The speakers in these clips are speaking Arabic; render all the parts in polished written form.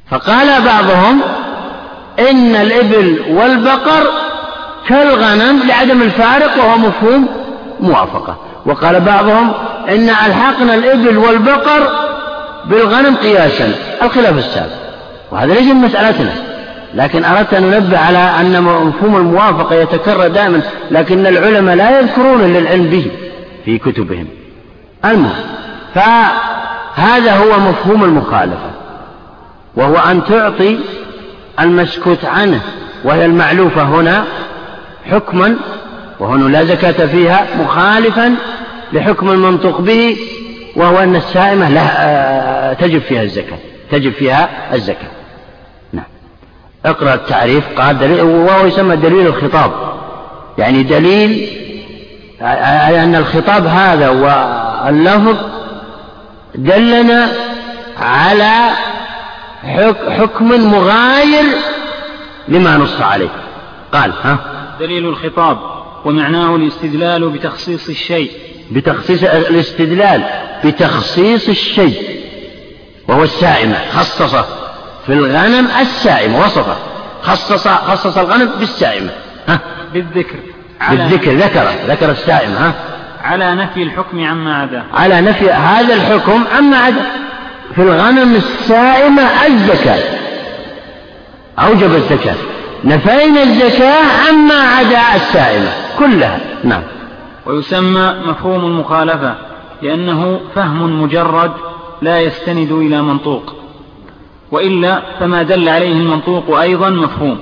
فقال بعضهم إن الإبل والبقر كالغنم لعدم الفارق وهو مفهوم موافقة. وقال بعضهم إن ألحقنا الإبل والبقر بالغنم قياسا، الخلاف السابق، وهذا ليس من مسألتنا، لكن أردت أن ننبه على أن مفهوم الموافقة يتكرر دائما، لكن العلماء لا يذكرون للعلم به في كتبهم. المهم، فهذا هو مفهوم المخالفة، وهو أن تعطي المسكوت عنه وهي المعلوفة هنا حكما، وهنا لا زكاة فيها، مخالفا لحكم المنطوق به، وهو أن السائمة لا تجب فيها الزكاة. نعم. اقرأ التعريف. قال دليل، وهو يسمى دليل الخطاب، يعني دليل أن الخطاب هذا واللفظ دلنا على حكم مغاير لما نص عليه. قال دليل الخطاب ومعناه الاستدلال بتخصيص الشيء، الاستدلال بتخصيص الشيء، وهو السائمة. خصص في الغنم السائمة، وصفه، خصص الغنم بالسائمة بالذكر ذكر السائمة على نفي الحكم عما عداه، على نفي هذا الحكم عما عدا. في الغنم السائمة الزكاة، أوجب الزكاة، نفينا الزكاة عما عدا السائمة كلها. نعم. ويسمى مفهوم المخالفة لأنه فهم مجرد لا يستند إلى منطوق، وإلا فما دل عليه المنطوق أيضا مفهوم،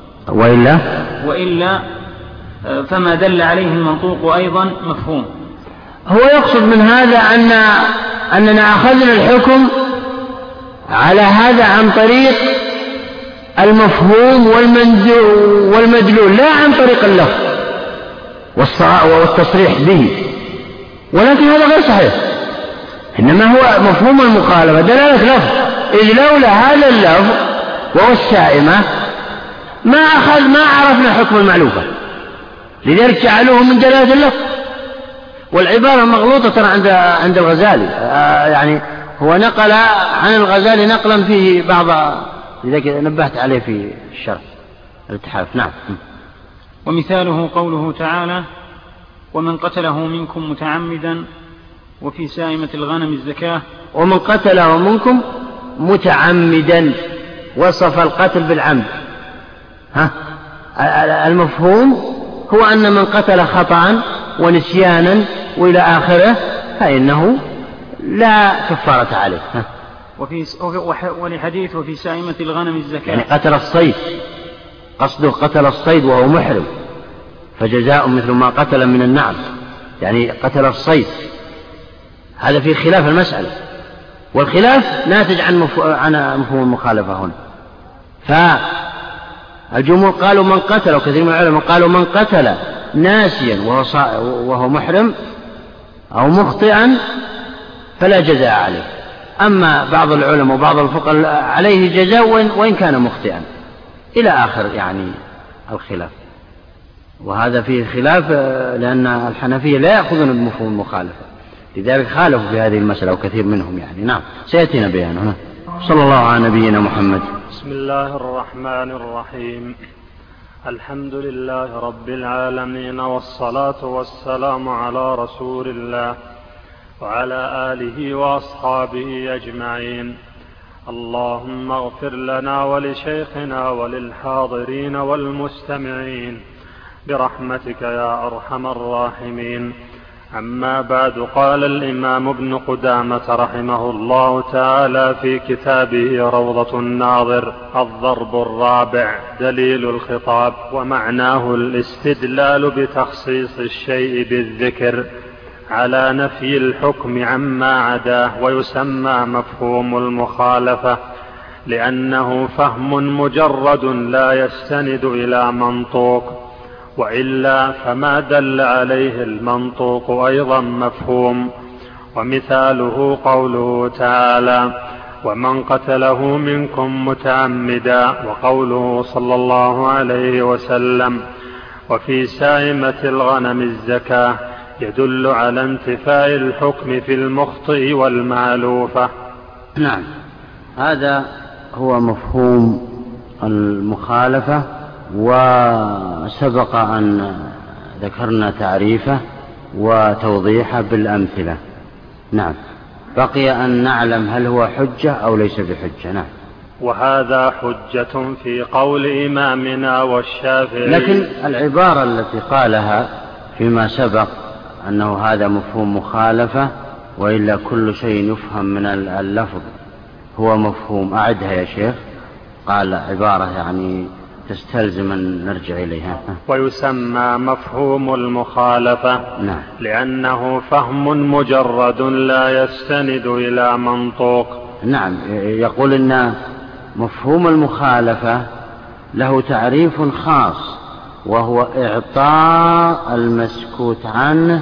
وإلا فما دل عليه المنطوق أيضا مفهوم. هو يقصد من هذا أننا أخذنا الحكم على هذا عن طريق المفهوم والمدلول، لا عن طريق اللفظ والتصريح به، ولكن هذا غير صحيح. إنما هو مفهوم المخالفة دلالة لفظ، إذ لولا هذا اللفظ وهو السائمة ما عرفنا حكم المعلوفة، لذلك جعلوه من دلالة اللفظ. والعبارة مغلوطة ترى عند الغزالي، يعني هو نقل عن الغزالي نقلا فيه بعض، لذلك نبهت عليه في الشرح الاتحاف. نعم. ومثاله قوله تعالى ومن قتله منكم متعمدا، وفي سائمة الغنم الزكاة. ومن قتله منكم متعمدا، وصف القتل بالعمد. المفهوم هو أن من قتل خطأ ونسيانا وإلى آخره فإنه لا كفارة عليه. ولحديث وفي سائمة الغنم الزكاة، يعني قتل الصيد، قصده قتل الصيد وهو محرم، فجزاء مثل ما قتل من النعم، يعني قتل الصيد. هذا في خلاف المسألة، والخلاف ناتج عن مفهوم المخالفة هنا. فالجمهور قالوا من قتل، وكثير من العلماء قالوا من قتل ناسيا وهو محرم أو مخطئا فلا جزاء عليه. أما بعض العلماء وبعض الفقهاء عليه جزاء وإن كان مخطئا، إلى آخر يعني الخلاف. وهذا فيه خلاف لأن الحنفية لا يأخذون بمفهوم المخالفة، لذلك خالفوا في هذه المسألة وكثير منهم يعني. نعم، سيأتينا بيانه. صلى الله على نبينا محمد. بسم الله الرحمن الرحيم. الحمد لله رب العالمين، والصلاة والسلام على رسول الله وعلى آله وأصحابه أجمعين. اللهم اغفر لنا ولشيخنا وللحاضرين والمستمعين برحمتك يا أرحم الراحمين. أما بعد، قال الإمام ابن قدامة رحمه الله تعالى في كتابه روضة الناظر: الضرب الرابع دليل الخطاب، ومعناه الاستدلال بتخصيص الشيء بالذكر على نفي الحكم عما عداه، ويسمى مفهوم المخالفة لأنه فهم مجرد لا يستند إلى منطوق، وإلا فما دل عليه المنطوق أيضا مفهوم. ومثاله قوله تعالى: ومن قتله منكم متعمدا، وقوله صلى الله عليه وسلم: وفي سائمة الغنم الزكاة، يدل على انتفاء الحكم في المخطئ والمعلوفة. نعم، هذا هو مفهوم المخالفة، وسبق أن ذكرنا تعريفه وتوضيحه بالأمثلة. نعم، بقي أن نعلم هل هو حجة أو ليس بحجة. نعم. وهذا حجة في قول إمامنا والشافعي. لكن العبارة التي قالها فيما سبق أنه هذا مفهوم مخالفة وإلا كل شيء يفهم من اللفظ هو مفهوم، أعدها يا شيخ. قال عبارة يعني تستلزم أن نرجع إليها. ويسمى مفهوم المخالفة نعم. لأنه فهم مجرد لا يستند إلى منطوق. نعم، يقول إن مفهوم المخالفة له تعريف خاص، وهو إعطاء المسكوت عنه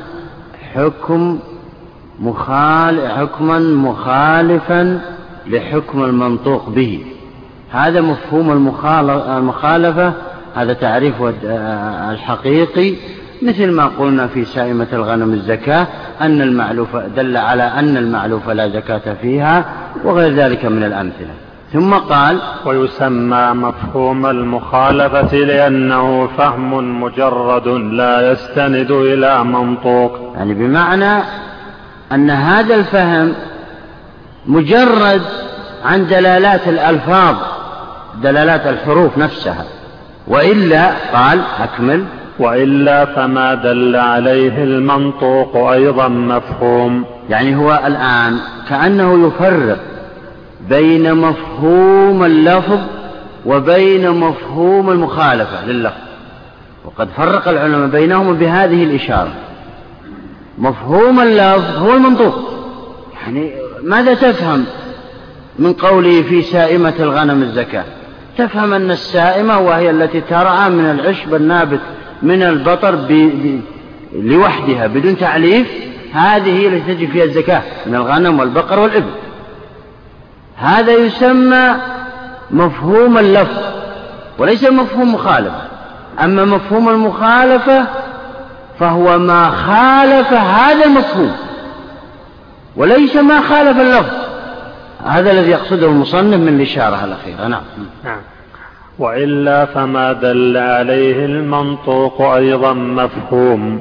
حكما مخالفا لحكم المنطوق به. هذا مفهوم المخالفة، هذا تعريف الحقيقي، مثل ما قلنا في سائمة الغنم الزكاة أن المعلوف دل على أن المعلوف لا زكاة فيها، وغير ذلك من الأمثلة. ثم قال ويسمى مفهوم المخالفة لأنه فهم مجرد لا يستند إلى منطوق، يعني بمعنى أن هذا الفهم مجرد عن دلالات الألفاظ، دلالات الحروف نفسها، وإلا قال أكمل وإلا فما دل عليه المنطوق أيضا مفهوم. يعني هو الآن كأنه يفرق بين مفهوم اللفظ وبين مفهوم المخالفة لللفظ، وقد فرق العلماء بينهم بهذه الإشارة. مفهوم اللفظ هو المنطوق، يعني ماذا تفهم من قوله في سائمة الغنم الزكاة؟ تفهم أن السائمة وهي التي ترعى من العشب النابت من البطر لوحدها بدون تعليف، هذه هي التي تجب فيها الزكاة من الغنم والبقر والإبل. هذا يسمى مفهوم اللفظ وليس مفهوم مخالفة. أما مفهوم المخالفة فهو ما خالف هذا المفهوم وليس ما خالف اللفظ. هذا الذي يقصده المصنف من الإشارة الأخيرة. نعم. وإلا فما دل عليه المنطوق أيضا مفهوم.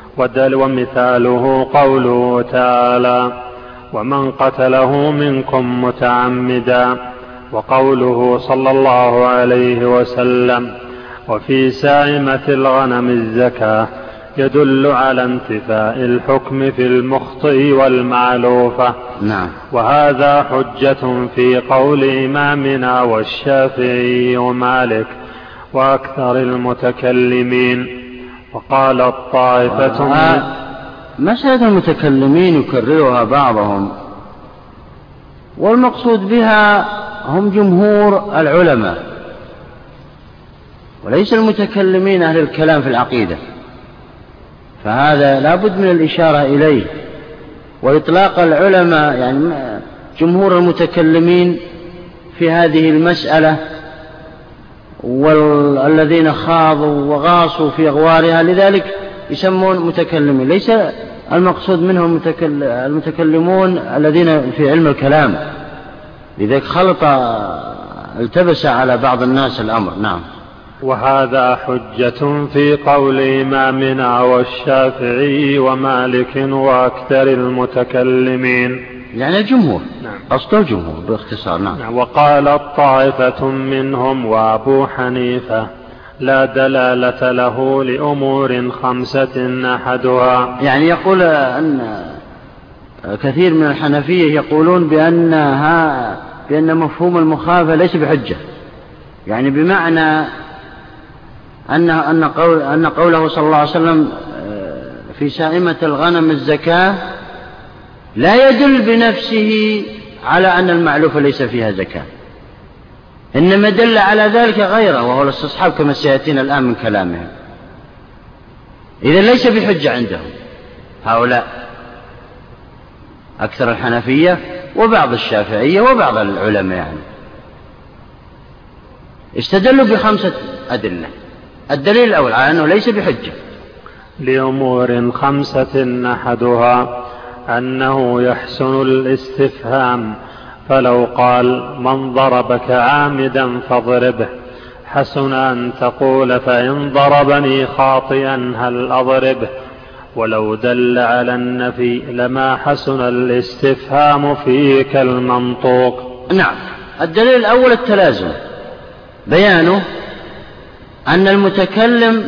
ومثاله قوله تعالى ومن قتله منكم متعمدا، وقوله صلى الله عليه وسلم وفي سائمة الغنم الزكاة، يدل على انتفاء الحكم في المخطئ والمعلوفة. نعم. وهذا حجة في قول إمامنا والشافعي ومالك وأكثر المتكلمين. وقال الطائفة مسألة المتكلمين يكررها بعضهم، والمقصود بها هم جمهور العلماء وليس المتكلمين أهل الكلام في العقيدة، فهذا لا بد من الإشارة إليه. وإطلاق العلماء يعني جمهور المتكلمين في هذه المسألة والذين خاضوا وغاصوا في أغوارها، لذلك يسمون متكلمين. ليس المقصود منهم المتكلمون الذين في علم الكلام، لذلك التبس على بعض الناس الأمر. نعم. وهذا حجة في قول إمامنا والشافعي ومالك وأكثر المتكلمين، يعني الجمهور. نعم. أصل الجمهور باختصار. نعم. وقال الطائفة منهم وأبو حنيفة لا دلالة له لأمور 5 أحدها. يعني يقول أن كثير من الحنفية يقولون بأن مفهوم المخالفة ليس بحجة، يعني بمعنى أن قوله صلى الله عليه وسلم في سائمة الغنم الزكاة لا يدل بنفسه على أن المعلوف ليس فيها زكاة، إنما دل على ذلك غيره وهو الاستصحاب كما سيأتينا الآن من كلامهم. إذن ليس بحجة عندهم هؤلاء أكثر الحنفية وبعض الشافعية وبعض العلماء، يعني استدلوا ب5 أدلة. الدليل الأول على أنه ليس بحجة لأمور 5 أحدها أنه يحسن الاستفهام فلو قال من ضربك عامدا فاضربه حسن أن تقول فإن ضربني خاطئا هل أضربه، ولو دل على النفي لما حسن الاستفهام فيه كالمنطوق. نعم. الدليل الأول التلازم، بيانه أن المتكلم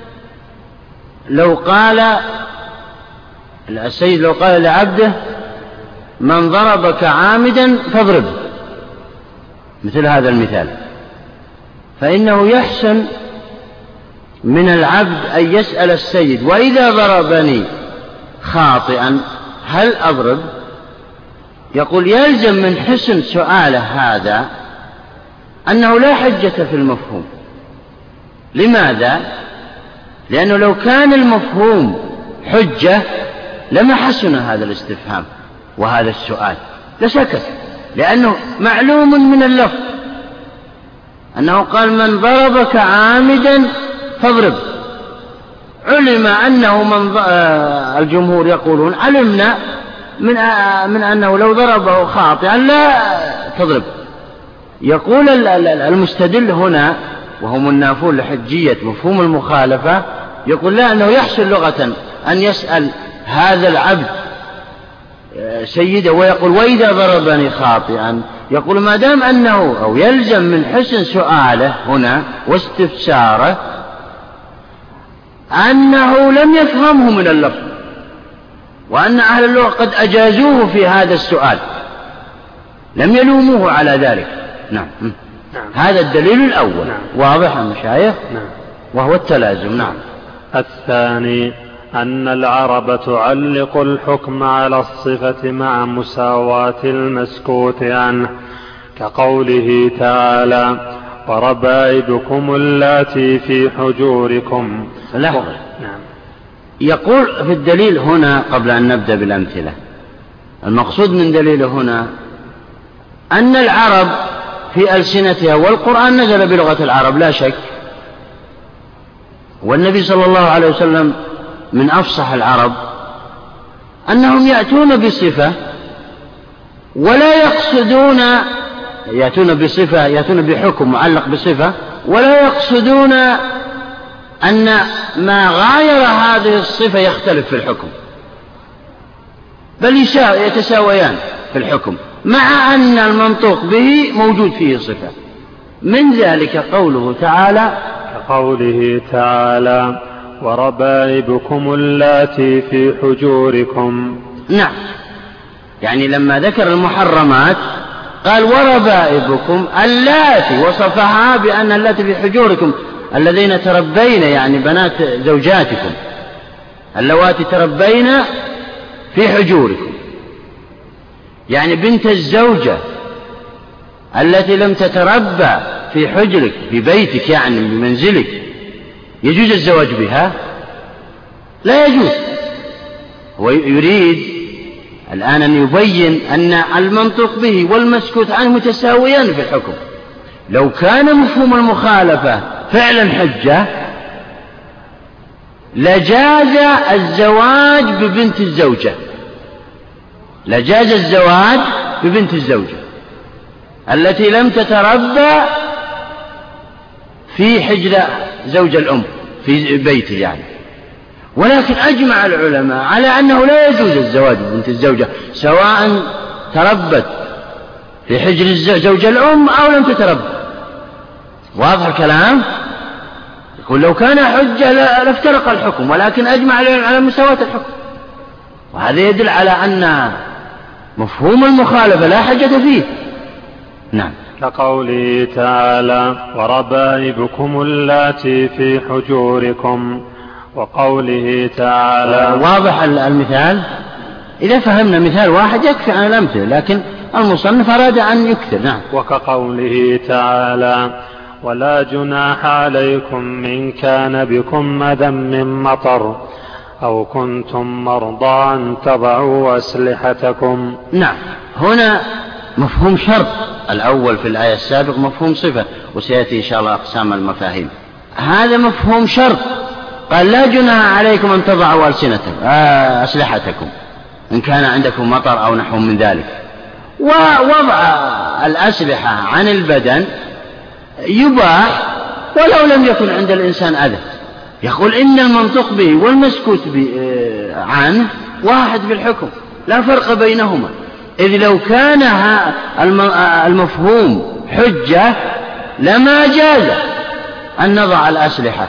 لو قال السيد لو قال لعبده من ضربك عامدا فاضربه مثل هذا المثال، فإنه يحسن من العبد أن يسأل السيد وإذا ضربني خاطئا هل أضرب؟ يقول يلزم من حسن سؤاله هذا أنه لا حجة في المفهوم. لماذا؟ لأنه لو كان المفهوم حجة لما حسن هذا الاستفهام وهذا السؤال، لسكت، لأنه معلوم من اللفظ أنه قال من ضربك عامدا فاضرب، علم أنه الجمهور يقولون علمنا من أنه لو ضربه خاطئا لا تضرب. يقول المستدل هنا وهم النافون لحجية مفهوم المخالفة، يقول لا، أنه يحسن لغة أن يسأل هذا العبد سيده ويقول وإذا ضربني خاطئا، يقول ما دام أنه أو يلزم من حسن سؤاله هنا واستفساره أنه لم يفهمه من اللفظ، وأن أهل اللغة قد أجازوه في هذا السؤال، لم يلوموه على ذلك. نعم. هذا الدليل الأول. واضح يا مشايخ؟ وهو التلازم. نعم. الثاني أن العرب تعلق الحكم على الصفة مع مساواة المسكوت عنه، كقوله تعالى وربائبكم اللاتي في حجوركم. نعم. يقول في الدليل هنا قبل أن نبدأ بالأمثلة، المقصود من دليله هنا أن العرب في ألسنتها، والقرآن نزل بلغة العرب لا شك، والنبي صلى الله عليه وسلم من أفصح العرب، أنهم يأتون بصفة ولا يقصدون، يأتون بحكم معلق بصفة ولا يقصدون أن ما غاير هذه الصفة يختلف في الحكم، بل يتساويان في الحكم، مع أن المنطوق به موجود فيه صفة. من ذلك قوله تعالى كقوله تعالى وربائبكم اللاتي في حجوركم. نعم. يعني لما ذكر المحرمات قال وربائبكم اللاتي، وصفها بأن اللاتي في حجوركم الذين تربين، يعني بنات زوجاتكم اللواتي تربين في حجوركم، يعني بنت الزوجة التي لم تتربى في حجرك في بيتك، يعني بمنزلك، يجوز الزواج بها؟ لا يجوز. هو يريد الآن أن يبين أن المنطق به والمسكوت عنه متساويان في الحكم. لو كان مفهوم المخالفة فعلا حجة لجاز الزواج ببنت الزوجة، لجاز الزواج ببنت الزوجة التي لم تتربى في حجر زوج الأم في بيته يعني. ولكن أجمع العلماء على أنه لا يجوز الزواج ببنت الزوجة سواء تربت في حجر زوج الأم أو لم تتربى. واضح الكلام؟ يقول لو كان حجة لافترق الحكم، ولكن أجمع على مساواة الحكم، وهذا يدل على أن مفهوم المخالفة لا حجة فيه. نعم. كقوله تعالى وربائبكم اللاتي في حجوركم، وقوله تعالى. واضح المثال؟ إذا فهمنا مثال واحد يكفي عن الأمثلة، لكن المصنف أراد أن يكثر. نعم. وكقوله تعالى ولا جناح عليكم إن كان بكم أذى من مطر أو كنتم مرضى أن تضعوا أسلحتكم. نعم. هنا مفهوم شرط، الأول في الآية السابق مفهوم صفة، وسيأتي إن شاء الله أقسام المفاهيم. هذا مفهوم شرط، قال لا جناح عليكم أن تضعوا أسلحتكم إن كان عندكم مطر أو نحو من ذلك. ووضع الأسلحة عن البدن يباح ولو لم يكن عند الإنسان أذى. يقول إن المنطق به والمسكوت عنه واحد في الحكم، لا فرق بينهما، إذ لو كان المفهوم حجة لما جاز أن نضع الأسلحة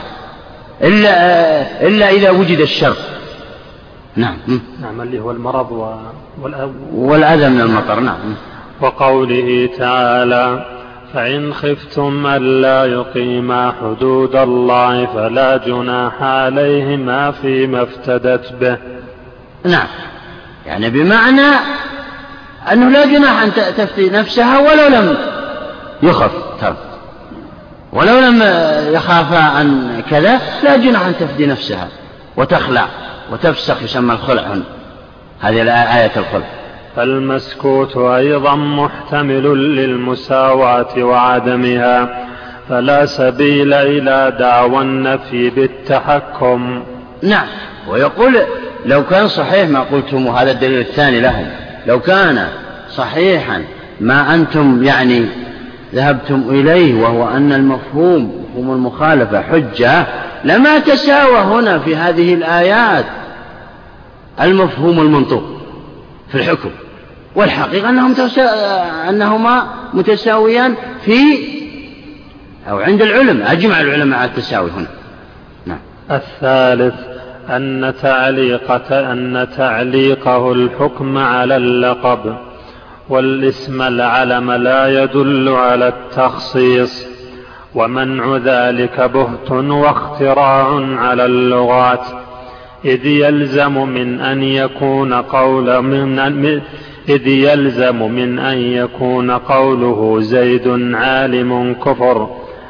إلا إذا وجد الشر. نعم. نعم، اللي هو المرض والأذى من المطر. نعم. وقوله تعالى: فإن خفتم ألا يقيما حدود الله فلا جناح عليهما فيما افتدت به. نعم، يعني بمعنى أنه لا جناح أن تفتي نفسها ولو لم يخف، ولو لم يخافا عن كذا لا جناح أن تفدي نفسها وتخلع وتفسخ، يسمى الخلع هنا، هذه آية الخلع. فالمسكوت أيضا محتمل للمساواة وعدمها، فلا سبيل إلى دعوى النفي بالتحكم. نعم، ويقول لو كان صحيح ما قلتم، وهذا الدليل الثاني لهم، لو كان صحيحا ما أنتم يعني ذهبتم إليه، وهو أن المفهوم المخالفة حجة، لما تساوى هنا في هذه الآيات المفهوم المنطوق في الحكم، والحقيقة أنهما متساويان في أو عند العلماء، أجمع العلماء على التساوي هنا. نعم. الثالث أن تعليقه الحكم على اللقب، والاسم العلم لا يدل على التخصيص، ومنع ذلك بهت واختراع على اللغات، إذ يلزم من أن يكون قوله زيد عالم كفر،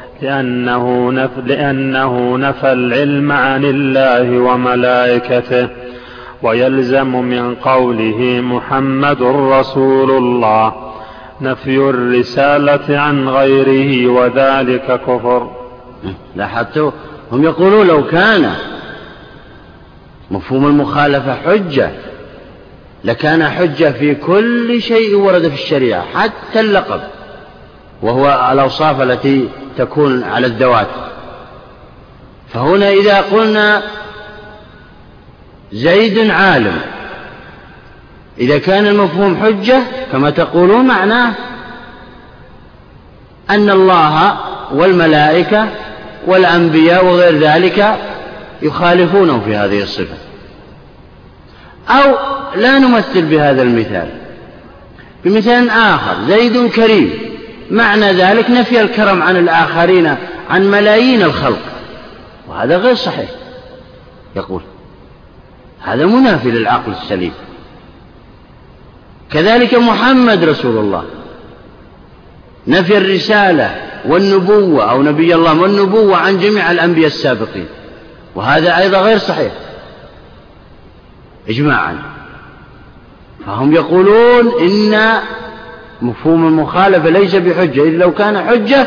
لأنه نفى العلم عن الله وملائكته، ويلزم من قوله محمد رسول الله نفي الرسالة عن غيره، وذلك كفر. لاحظتوا هم يقولون لو كان مفهوم المخالفة حجة لكان حجة في كل شيء ورد في الشريعة حتى اللقب، وهو الأوصاف التي تكون على الذوات. فهنا إذا قلنا زيد عالم، إذا كان المفهوم حجة كما تقولون، معناه أن الله والملائكة والأنبياء وغير ذلك يخالفونه في هذه الصفة. أو لا نمثل بهذا المثال بمثال آخر، زيد كريم، معنى ذلك نفي الكرم عن الآخرين، عن ملايين الخلق، وهذا غير صحيح. يقول هذا منافي للعقل السليم. كذلك محمد رسول الله، نفي الرسالة والنبوة أو نبي الله والنبوة عن جميع الأنبياء السابقين، وهذا أيضا غير صحيح إجماعا. فهم يقولون إن مفهوم المخالفة ليس بحجة، إذ لو كان حجة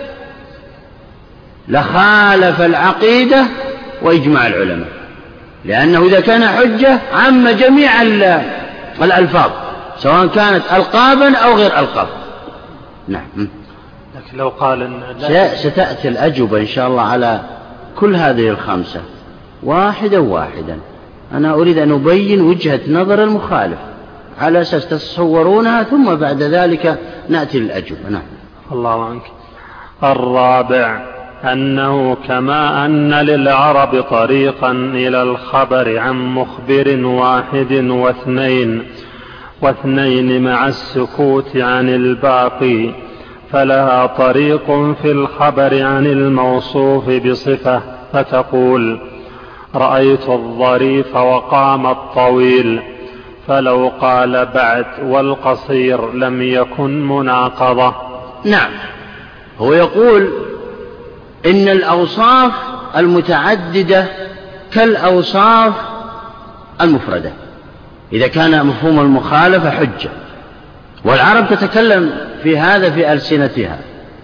لخالف العقيدة وإجماع العلماء، لأنه إذا كان حجة عم جميع الألفاظ سواء كانت ألقابا أو غير ألقاب. نعم. لكن لو قال ستأتي الأجوبة إن شاء الله على كل هذه الخمسة واحدا واحدا. أنا أريد أن أبين وجهة نظر المخالف على أساس تتصورونها، ثم بعد ذلك نأتي للأجوبة. نعم. الله عنك. الرابع أنه كما أن للعرب طريقا إلى الخبر عن مخبر واحد واثنين مع السكوت عن الباقي، فلها طريق في الخبر عن الموصوف بصفة، فتقول رأيت الظريف وقام الطويل، فلو قال بعد والقصير لم يكن مناقضة. نعم، هو يقول إن الأوصاف المتعددة كالأوصاف المفردة إذا كان مفهوم المخالفة حجة، والعرب تتكلم في هذا في ألسنتها،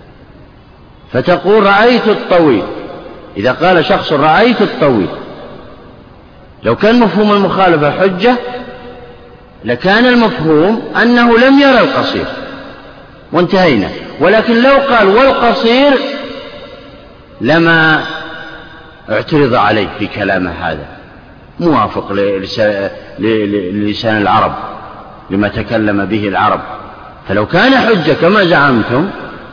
فتقول رأيت الطويل. إذا قال شخص رأيت الطويل، لو كان مفهوم المخالفة حجة لكان المفهوم أنه لم يرى القصير وانتهينا. ولكن لو قال والقصير لما اعترض عليه في كلامه هذا، موافق للسان العرب، لما تكلم به العرب. فلو كان حجة كما زعمتم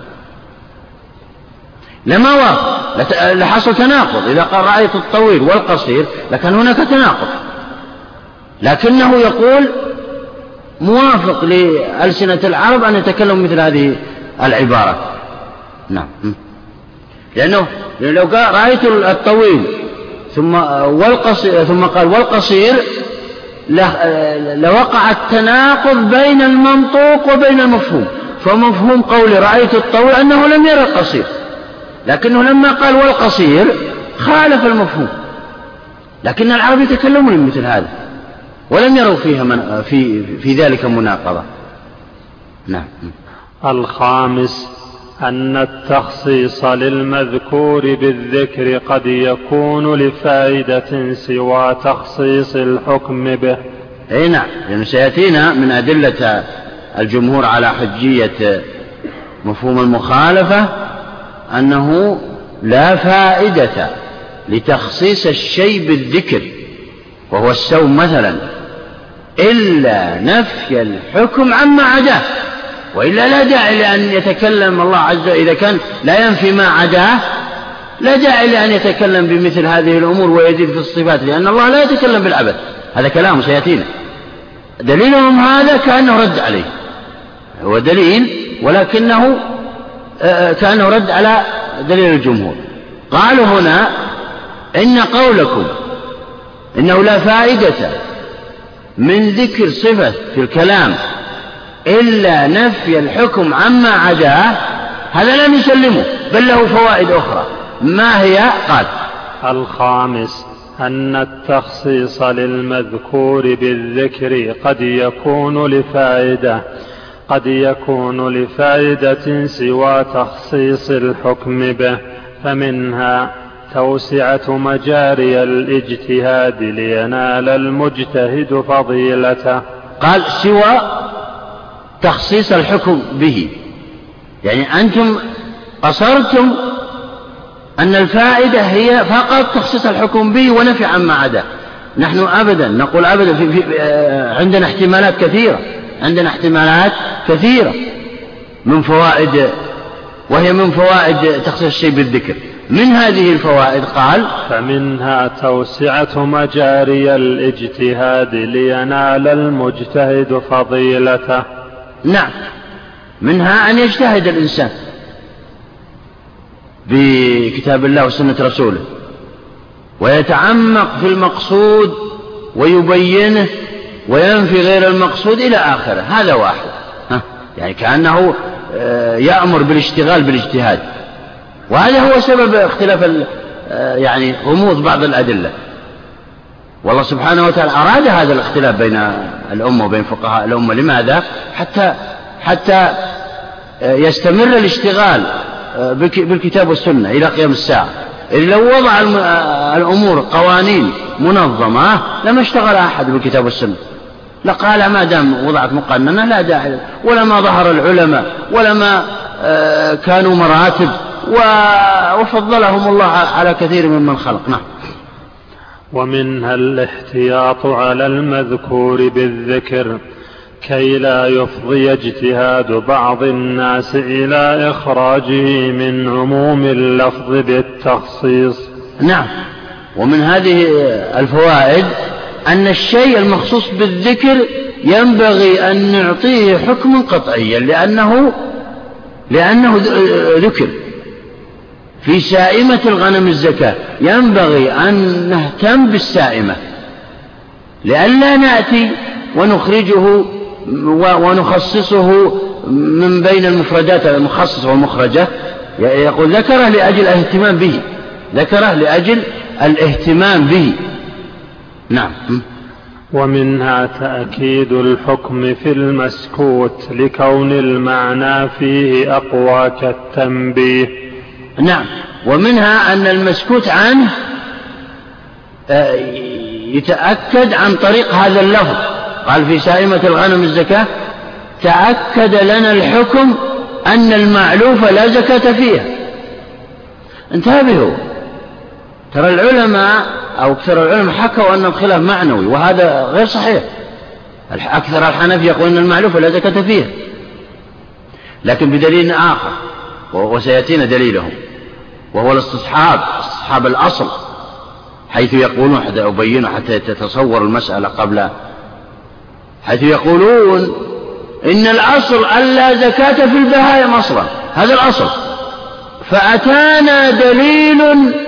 لما وافق، لحصل تناقض. إذا قال رأيت الطويل والقصير لكان هناك تناقض، لكنه يقول موافق لألسنة العرب أن يتكلم مثل هذه العبارة. نعم. لأنه لو قال رأيت الطويل ثم قال والقصير لوقع التناقض بين المنطوق وبين المفهوم. فمفهوم قول رأيت الطويل أنه لم يرى القصير، لكنه لما قال والقصير خالف المفهوم. لكن العرب يتكلمون مثل هذا ولم يروا فيها في ذلك مناقضة. نعم. الخامس أن التخصيص للمذكور بالذكر قد يكون لفائدة سوى تخصيص الحكم به. أي نعم، لأنه سيأتينا من أدلة الجمهور على حجية مفهوم المخالفة أنه لا فائدة لتخصيص الشيء بالذكر وهو السوم مثلا إلا نفي الحكم عما عداه، وإلا لا داعي لأن يتكلم الله عز وجل. إذا كان لا ينفي ما عداه لا داعي لأن يتكلم بمثل هذه الأمور ويزيد في الصفات، لأن الله لا يتكلم بالعبث. هذا كلام سيأتينا. دليلهم هذا كأنه رد عليه، هو دليل ولكنه كأنه رد على دليل الجمهور. قالوا هنا إن قولكم إنه لا فائدة من ذكر صفة في الكلام إلا نفي الحكم عما عداه، هذا لا نسلمه بل له فوائد أخرى. ما هي؟ قال الخامس أن التخصيص للمذكور بالذكر قد يكون لفائدة سوى تخصيص الحكم به، فمنها توسعة مجاري الاجتهاد لينال المجتهد فضيلته. قال سوى تخصيص الحكم به، يعني أنتم قصرتم أن الفائدة هي فقط تخصيص الحكم به ونفي عما عداه. نحن أبدا نقول أبدا عندنا احتمالات كثيرة من فوائد، وهي من فوائد تخصيص الشيء بالذكر. من هذه الفوائد قال فمنها توسعة مجاري الاجتهاد لينال المجتهد فضيلته. نعم، منها أن يجتهد الإنسان بكتاب الله وسنة رسوله ويتعمق في المقصود ويبينه وينفي غير المقصود إلى آخره. هذا واحد، يعني كأنه يأمر بالاشتغال بالاجتهاد. وهذا هو سبب اختلاف يعني غموض بعض الأدلة. والله سبحانه وتعالى أراد هذا الاختلاف بين الأمة وبين فقهاء الأمة. لماذا؟ حتى يستمر الاشتغال بالكتاب والسنة إلى قيام الساعة. لو وضع الأمور قوانين منظمة لما اشتغل أحد بالكتاب والسنة، لقال ما دام وضعت مقننة لا داعي، ولما ظهر العلماء ولما كانوا مراتب وفضلهم الله على كثير ممن خلق. نعم. ومنها الاحتياط على المذكور بالذكر كي لا يفضي اجتهاد بعض الناس إلى إخراجه من عموم اللفظ بالتخصيص. نعم. ومن هذه الفوائد أن الشيء المخصوص بالذكر ينبغي أن نعطيه حكم قطعيا لأنه ذكر في سائمة الغنم الزكاة. ينبغي أن نهتم بالسائمة لئلا نأتي ونخرجه ونخصصه من بين المفردات المخصصة والمخرجة. يقول ذكره لأجل الاهتمام به. نعم. ومنها تأكيد الحكم في المسكوت لكون المعنى فيه أقوى كالتنبيه. نعم. ومنها أن المسكوت عنه يتأكد عن طريق هذا اللفظ قال في سائمة الغنم الزكاة، تأكد لنا الحكم أن المعلوف لا زكاة فيها. انتبهوا، ترى العلماء أو أكثر العلماء حكوا أن الخلاف معنوي، وهذا غير صحيح. أكثر الحنفية يقول أن المعلوف لا زكاة فيها، لكن بدليل آخر وسيأتينا دليلهم، وهو استصحاب الأصل، حيث يقولون، حتى أبينه حتى تتصور المسألة قبل، حيث يقولون إن الأصل ألا زكاة في البهائم أصلا، هذا الأصل، فأتانا دليل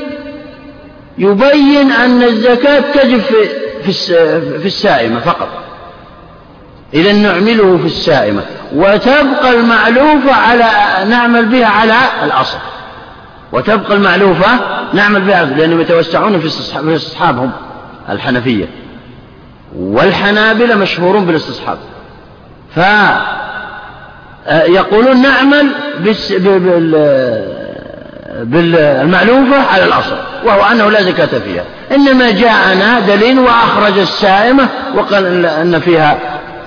يبين أن الزكاة تجب في السائمة فقط، إذا نعمله في السائمة، وتبقى المعلوفة نعمل بها على الأصل، وتبقى المعلوفة نعمل بها، لأنهم يتوسعون في استصحابهم الحنفية، والحنابلة مشهورون بالاستصحاب، فيقولون نعمل بالمعلوفة على الأصل، وهو أنه لا زكاة فيها. إنما جاءنا دليل وأخرج السائمة وقال أن فيها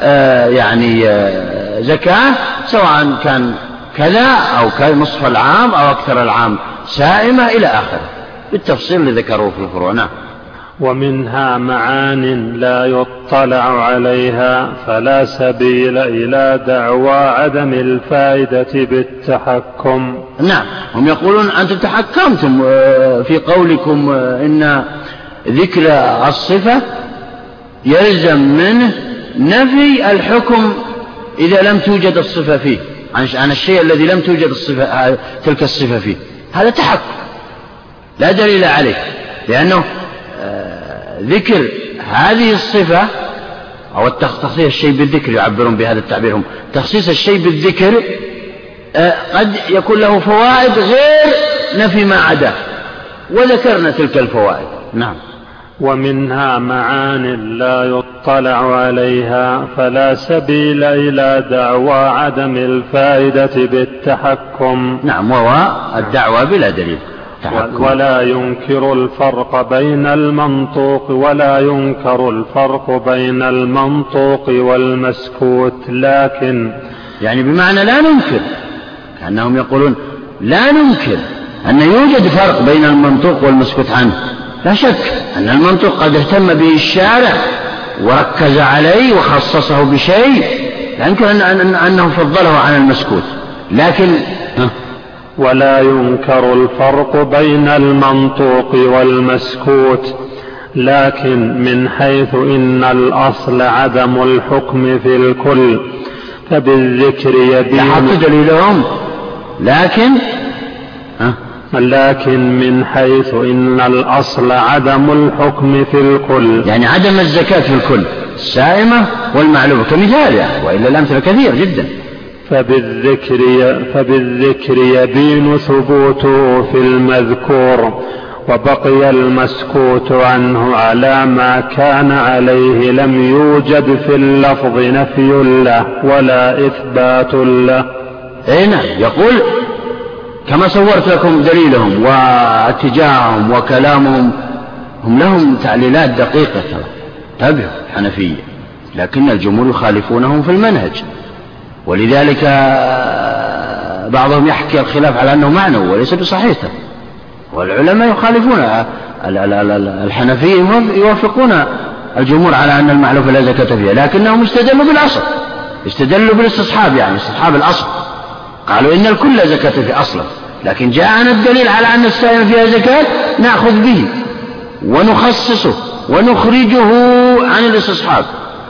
زكاة، سواء كان كذا أو كنصف العام أو أكثر العام سائمة إلى آخره، بالتفصيل اللي ذكروه في الفروع. نعم. ومنها معان لا يطلع عليها فلا سبيل إلى دعوى عدم الفائدة بالتحكم. نعم، هم يقولون أنتم تحكمتم في قولكم إن ذكر الصفة يلزم منه نفي الحكم إذا لم توجد الصفة فيه، عن الشيء الذي لم توجد تلك الصفة فيه، هذا تحكم لا دليل عليه، لأنه ذكر هذه الصفة أو تخصيص الشيء بالذكر، يعبرون بهذا التعبير هم، تخصيص الشيء بالذكر قد يكون له فوائد غير نفي ما عداه، وذكرنا تلك الفوائد. نعم. ومنها معان لا يطلع عليها فلا سبيل إلى دعوى عدم الفائدة بالتحكم. نعم، وهو الدعوى بلا دليل. ولا ينكر الفرق بين المنطوق والمسكوت، لكن بمعنى لا ننكر، كأنهم يقولون لا ننكر أن يوجد فرق بين المنطوق والمسكوت عنه، لا شك أن المنطوق قد اهتم به الشارع وركز عليه وخصصه بشيء، لا يمكن أنه فضله عن المسكوت، لكن ولا ينكر الفرق بين المنطوق والمسكوت، لكن من حيث إن الأصل عدم الحكم في الكل فبالذكر يبين دليلهم، لكن من حيث إن الأصل عدم الحكم في الكل، عدم الزكاة في الكل، السائمة والمعلومة كمثال، وإلا الأمثلة كثير جدا. فبالذكر يبين ثبوته في المذكور، وبقي المسكوت عنه على ما كان عليه لم يوجد في اللفظ نفي له ولا إثبات له. نعم، يقول كما صورت لكم دليلهم واتجاههم وكلامهم، هم لهم تعليلات دقيقة، تابعوا الحنفية، لكن الجمهور يخالفونهم في المنهج، ولذلك بعضهم يحكي الخلاف على أنه معنوي وليس بصحيح، والعلماء يخالفون الحنفية، يوافقون الجمهور على أن المعلوف لا زكاة فيها، لكنهم استدلوا بالأصل، استدلوا بالاستصحاب، استصحاب الأصل، قالوا إن الكل لا زكاة فيه أصلا، لكن جاءنا الدليل على أن السائمة فيها زكاة نأخذ به ونخصصه ونخرجه عن الاستصحاب،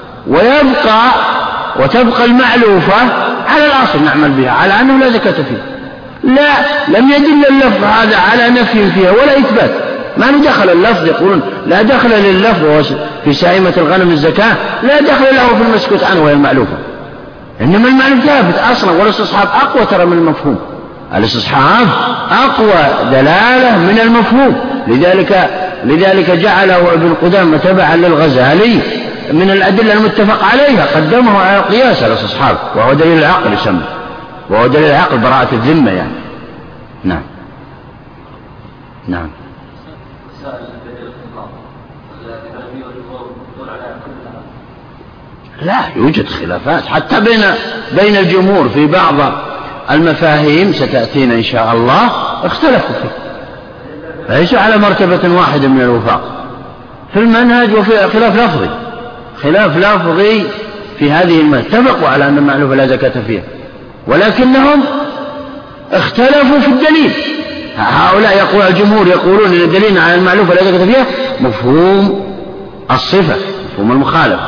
وتبقى المعلوفة على الأصل نعمل بها على أنه لا زكاة فيه. لا، لم يدل اللفظ هذا على نفي فيها ولا إثبات، ما دخل اللفظ، يقولون لا دخل لللفظ في سائمة الغنم الزكاة، لا دخل له في المسكوت عنه وهي المعلوفة، إنما المعلوف ثابت أصلا، والاستصحاب أقوى ترى من المفهوم، الاستصحاب أقوى دلالة من المفهوم، لذلك جعله ابن قدامة تبعا للغزالي من الأدلة المتفق عليها، قدمه على القياس على الاستصحاب، وهو دليل العقل يسمى، وهو دليل العقل براءة الذمة نعم. لا يوجد خلافات حتى بين الجمهور في بعض المفاهيم ستأتينا إن شاء الله اختلفوا فيه، فليسوا على مرتبة واحدة من الوفاق في المنهج وفي خلاف لفظي في هذه اتفقوا على أن المعلوفة لا زكاة فيها، ولكنهم اختلفوا في الدليل. هؤلاء يقول الجمهور يقولون أن الدليل على المعلوفة لا زكاة فيها مفهوم الصفة، مفهوم المخالفة.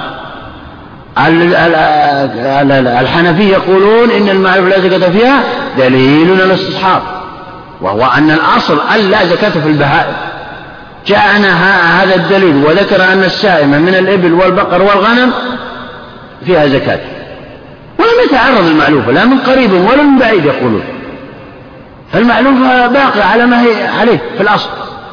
الحنفي يقولون إن المعلوفة لا زكاة فيها دليل على الاستصحاب، وهو أن الأصل ألا زكاة في البهائم. جاءنا هذا الدليل وذكر أن السائمة من الإبل والبقر والغنم فيها زكاة، ولم يتعرض المعلوفة لا من قريب ولا من بعيد يقولون، فالمعلوفة باقي على ما هي عليه في الأصل،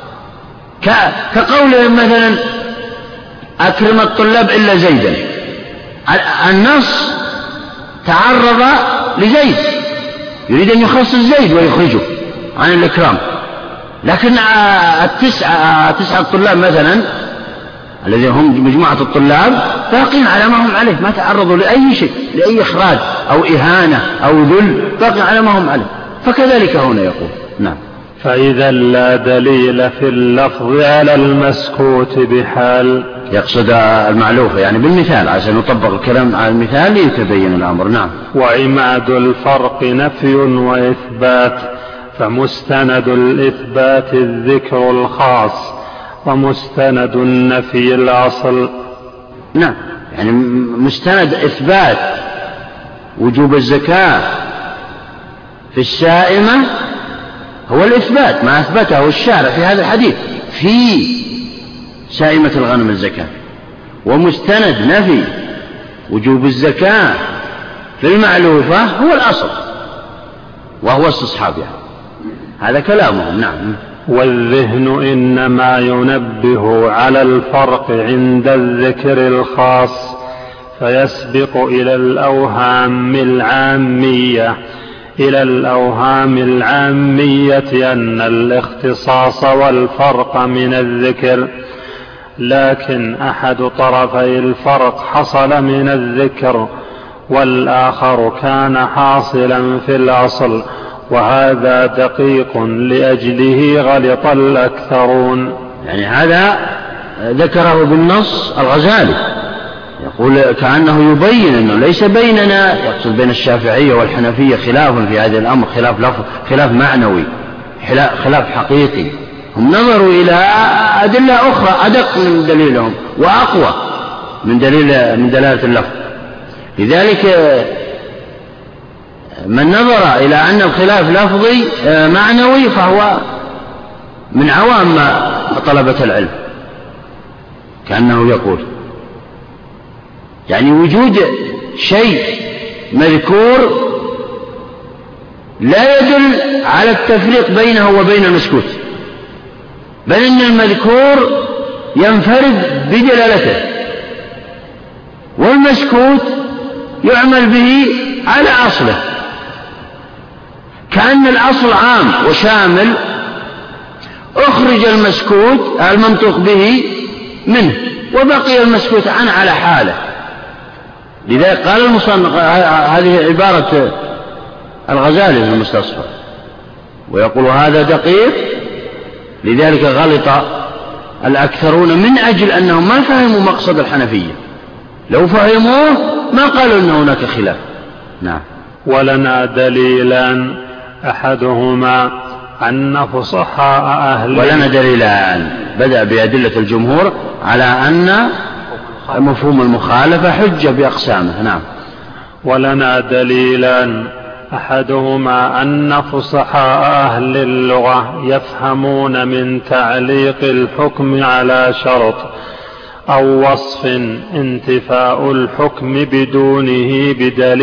كقولهم مثلا أكرم الطلاب إلا زيدا، النص تعرض لزيد يريد أن يخصص زيد ويخرجه عن الإكرام، لكن تسعة الطلاب مثلا الذين هم مجموعة الطلاب باقين على ما هم عليه، ما تعرضوا لأي شيء، لأي إخراج أو إهانة أو ذل، باقين على ما هم عليه. فكذلك هنا يقول نعم. فإذا لا دليل في اللفظ على المسكوت بحال، يقصد المعلوفة يعني بالمثال عشان نطبق الكلام على المثال ليتبين الأمر. نعم. وعماد الفرق نفي وإثبات، فمستند الإثبات الذكر الخاص، ومستند النفي الأصل. نعم، يعني مستند إثبات وجوب الزكاة في السائمة هو الإثبات ما أثبته الشارع في هذا الحديث في سائمة الغنم الزكاة، ومستند نفي وجوب الزكاة في المعلوفة هو الأصل وهو استصحاب، يعني هذا كلامهم. نعم. والذهن إنما ينبه على الفرق عند الذكر الخاص، فيسبق إلى الأوهام العامية أن الاختصاص والفرق من الذكر، لكن أحد طرفي الفرق حصل من الذكر والآخر كان حاصلا في الأصل، وهذا دقيق لأجله غلط الأكثرون. يعني هذا ذكره بالنص الغزالي، يقول كأنه يبين أنه ليس بيننا، يقصد بين الشافعية والحنفية خلاف في هذا الأمر، خلاف لفظ، خلاف معنوي، خلاف حقيقي. هم نظروا إلى أدلة أخرى أدق من دليلهم وأقوى من دلالة اللفظ. لذلك من نظر إلى أن الخلاف لفظي معنوي فهو من عوام طلبة العلم، كأنه يقول يعني وجود شيء مذكور لا يدل على التفريق بينه وبين المسكوت، بل إن المذكور ينفرد بدلالته، والمسكوت يعمل به على أصله، كأن الأصل عام وشامل، أخرج المسكوت المنطق به منه وبقي المسكوت عنه على حاله. لذلك قال المصنف، هذه عبارة الغزالي في المستصفى، ويقول هذا دقيق، لذلك غلط الأكثرون من أجل أنهم ما فهموا مقصد الحنفية، لو فهموه ما قالوا أن هناك خلاف. نعم. ولنا دليلان، أحدهما أن فصحاء أهل، ولنا دليلان، بدأ بأدلة الجمهور على أن مفهوم المخالفة حجة بأقسامه. نعم. ولنا دليلان، أحدهما أن فصحاء أهل اللغة يفهمون من تعليق الحكم على شرط أو وصف انتفاء الحكم بدونه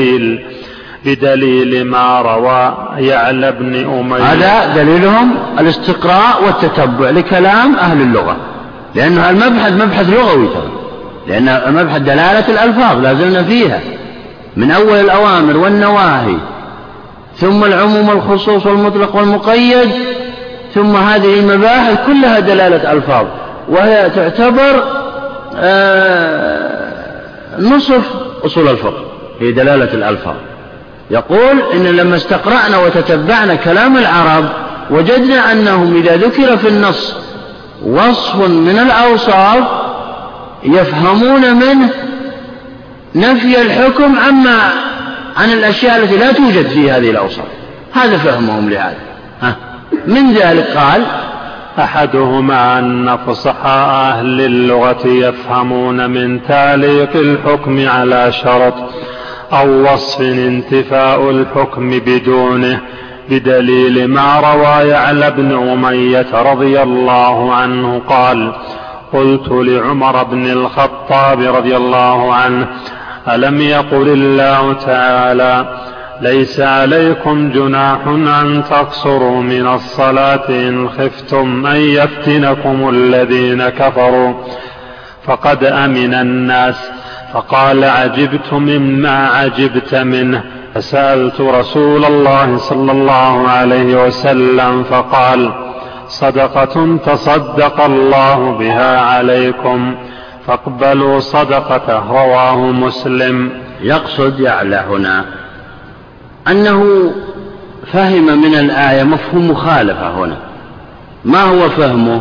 بدليل ما روى يعلى بن أمية. هذا دليلهم الاستقراء والتتبع لكلام أهل اللغة، لأنه المبحث مبحث لغوي، لأن المبحث دلالة الألفاظ لازلنا فيها من أول الأوامر والنواهي، ثم العموم والخصوص والمطلق والمقيد، ثم هذه المباحث كلها دلالة ألفاظ، وهي تعتبر نصف أصول الفقه هي دلالة الألفاظ. يقول إن لما استقرأنا وتتبعنا كلام العرب وجدنا أنهم إذا ذكر في النص وصف من الأوصاف يفهمون منه نفي الحكم عن الأشياء التي لا توجد في هذه الأوصاف. هذا فهمهم لهذا. من ذلك قال: أحدهما أن فصحاء أهل اللغة يفهمون من تعليق الحكم على شرط أو وصف انتفاء الحكم بدونه، بدليل ما روى يعلى بن أمية رضي الله عنه قال: قلت لعمر بن الخطاب رضي الله عنه: ألم يقل الله تعالى: ليس عليكم جناح أن تقصروا من الصلاة إن خفتم أن يفتنكم الذين كفروا؟ فقد أمن الناس. فقال: عجبت مما عجبت منه. فسألت رسول الله صلى الله عليه وسلم فقال: صدقة تصدق الله بها عليكم فاقبلوا صدقته. رواه مسلم. يقصد يعلى هنا أنه فهم من الآية مفهوم مخالفة هنا. ما هو فهمه؟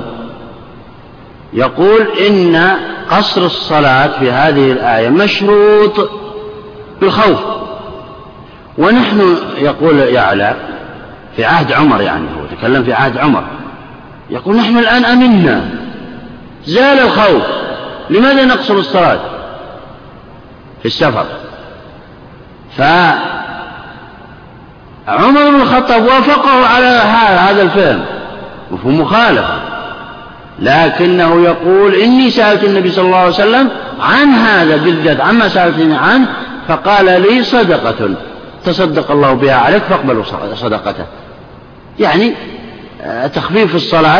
يقول إن قصر الصلاة في هذه الآية مشروط بالخوف، ونحن يقول يعلى في عهد عمر، يعني هو تكلم في عهد عمر، يقول نحن الآن أمنا، زال الخوف، لماذا نقصر الصلاة في السفر؟ فعمر بن الخطاب وافقه على هذا الفهم، مفهوم مخالفة، لكنه يقول إني سألت النبي صلى الله عليه وسلم عن هذا بالذات، عما سألتني عنه، فقال لي: صدقة تصدق الله بها عليك فاقبلوا صدقته. يعني تخفيف الصلاة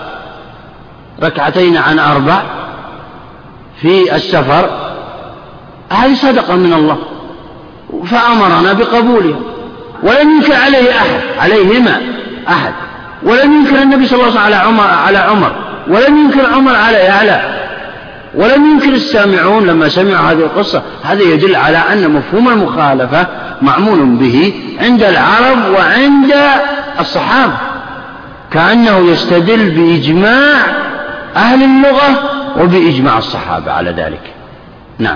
2 عن 4 في السفر، هذه صدقة من الله، فأمرنا بقبولها، ولم ينكر عليهما أحد، ولم ينكر النبي صلى الله عليه وسلم على عمر، ولم ينكر عمر على يعلى، ولم ينكر السامعون لما سمعوا هذه القصة. هذا يدل على أن مفهوم المخالفة معمول به عند العرب وعند الصحابة، كأنه يستدل بإجماع أهل اللغة وبإجماع الصحابة على ذلك. نعم.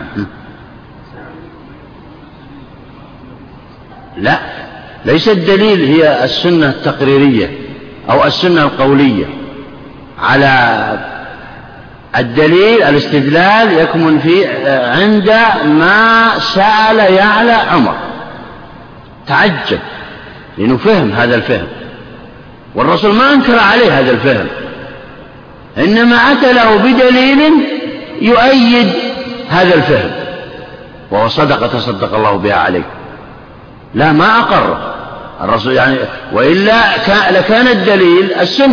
لا، ليس الدليل هي السنة التقريرية أو السنة القولية. على الدليل الاستدلال يكمن في عند ما سأل يعلى عمر، تعجب لأنه فهم هذا الفهم، والرسول ما أنكر عليه هذا الفهم، إنما أتى له بدليل يؤيد هذا الفهم، وهو صدقة تصدق الله بها عليك. لا، ما أقر الرسول، يعني وإلا لكان الدليل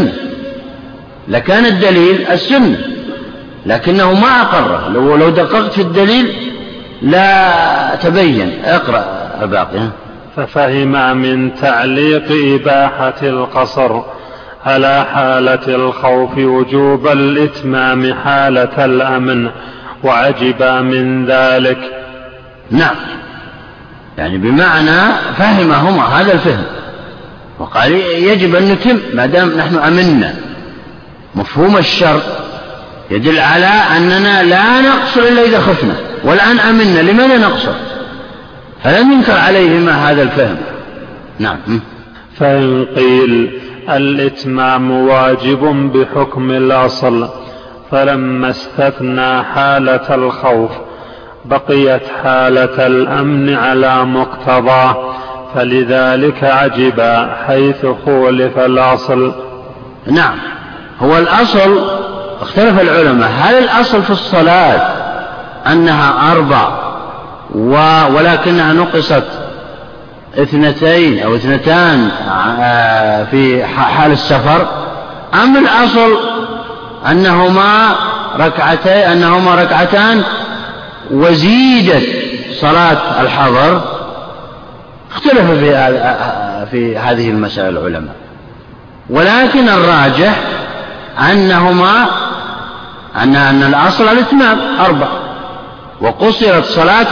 السنة، لكنه ما أقره. لو دققت في الدليل لا تبين. اقرأ الباقي. ففهم من تعليق إباحة القصر على حالة الخوف وجوب الإتمام حالة الأمن، وعجب من ذلك. نعم، يعني بمعنى فهمهما هذا الفهم، وقال يجب أن نتم ما دام نحن أمنا. مفهوم الشرط يدل على أننا لا نقصر إلا إذا خفنا، والآن أمنا، لماذا نقصر؟ فلم ينكر عليهما هذا الفهم. نعم. فإن قيل الإتمام واجب بحكم الأصل، فلما استثنى حالة الخوف بقيت حالة الأمن على مقتضاه، فلذلك عجب حيث خولف الأصل. نعم، هو الأصل اختلف العلماء، هل الأصل في الصلاة أنها 4 ولكنها نقصت 2 أو 2 في حال السفر، أم الأصل أنهما ركعتان وزيدت صلاة الحضر؟ اختلف في هذه المسألة العلماء، ولكن الراجح أن الأصل الإتمام 4، وقصرت صلاة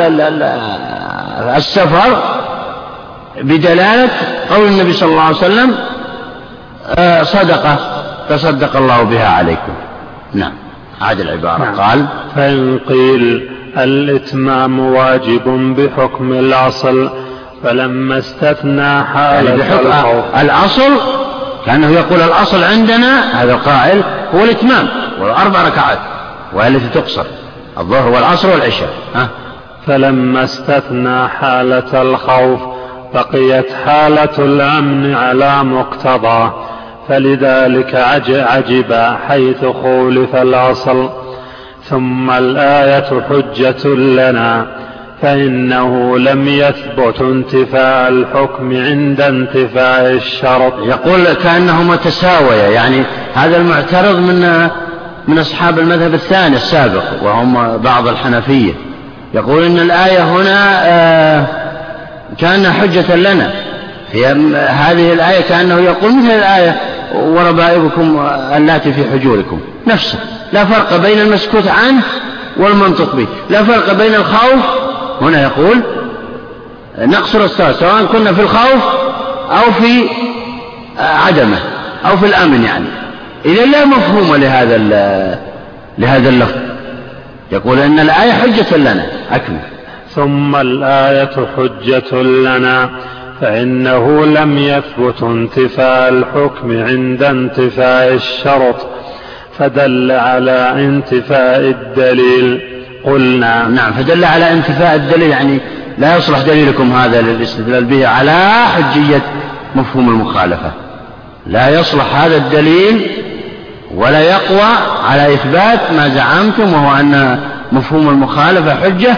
السفر بدلالة قول النبي صلى الله عليه وسلم صدقة تصدق الله بها عليكم. نعم، هذه العبارة. نعم. قال فإن قيل الإتمام واجب بحكم الأصل فلما استثنى حالة الخوف. الأصل كأنه يقول الأصل عندنا هذا القائل هو الإتمام والأربع ركعات وهي التي تقصر الظهر والعصر والعشاء. فلما استثنى حالة الخوف بقيت حالة الأمن على مقتضاه، فلذلك عجب حيث خولف الأصل. ثم الآية حجة لنا فإنه لم يثبت انتفاء الحكم عند انتفاء الشرط. يقول كأنهما تساويا، يعني هذا المعترض من أصحاب المذهب الثاني السابق وهم بعض الحنفية، يقول إن الآية هنا كأنها حجة لنا، هي هذه الآية كأنه يقول مثل الآية وربائبكم اللاتي في حجوركم نفسه، لا فرق بين المسكوت عنه والمنطق به، لا فرق بين الخوف. هنا يقول نقصر الصلاة سواء كنا في الخوف أو في عدمه أو في الأمن، يعني إذا لا مفهوم لهذا اللفظ. يقول إن الآية حجة لنا. أكمل. ثم الآية حجة لنا فإنه لم يثبت انتفاء الحكم عند انتفاء الشرط فدل على انتفاء الدليل. قلنا نعم، فدل على انتفاء الدليل، يعني لا يصلح دليلكم هذا للاستدلال به على حجية مفهوم المخالفة، لا يصلح هذا الدليل ولا يقوى على إثبات ما زعمتم وهو أن مفهوم المخالفة حجة،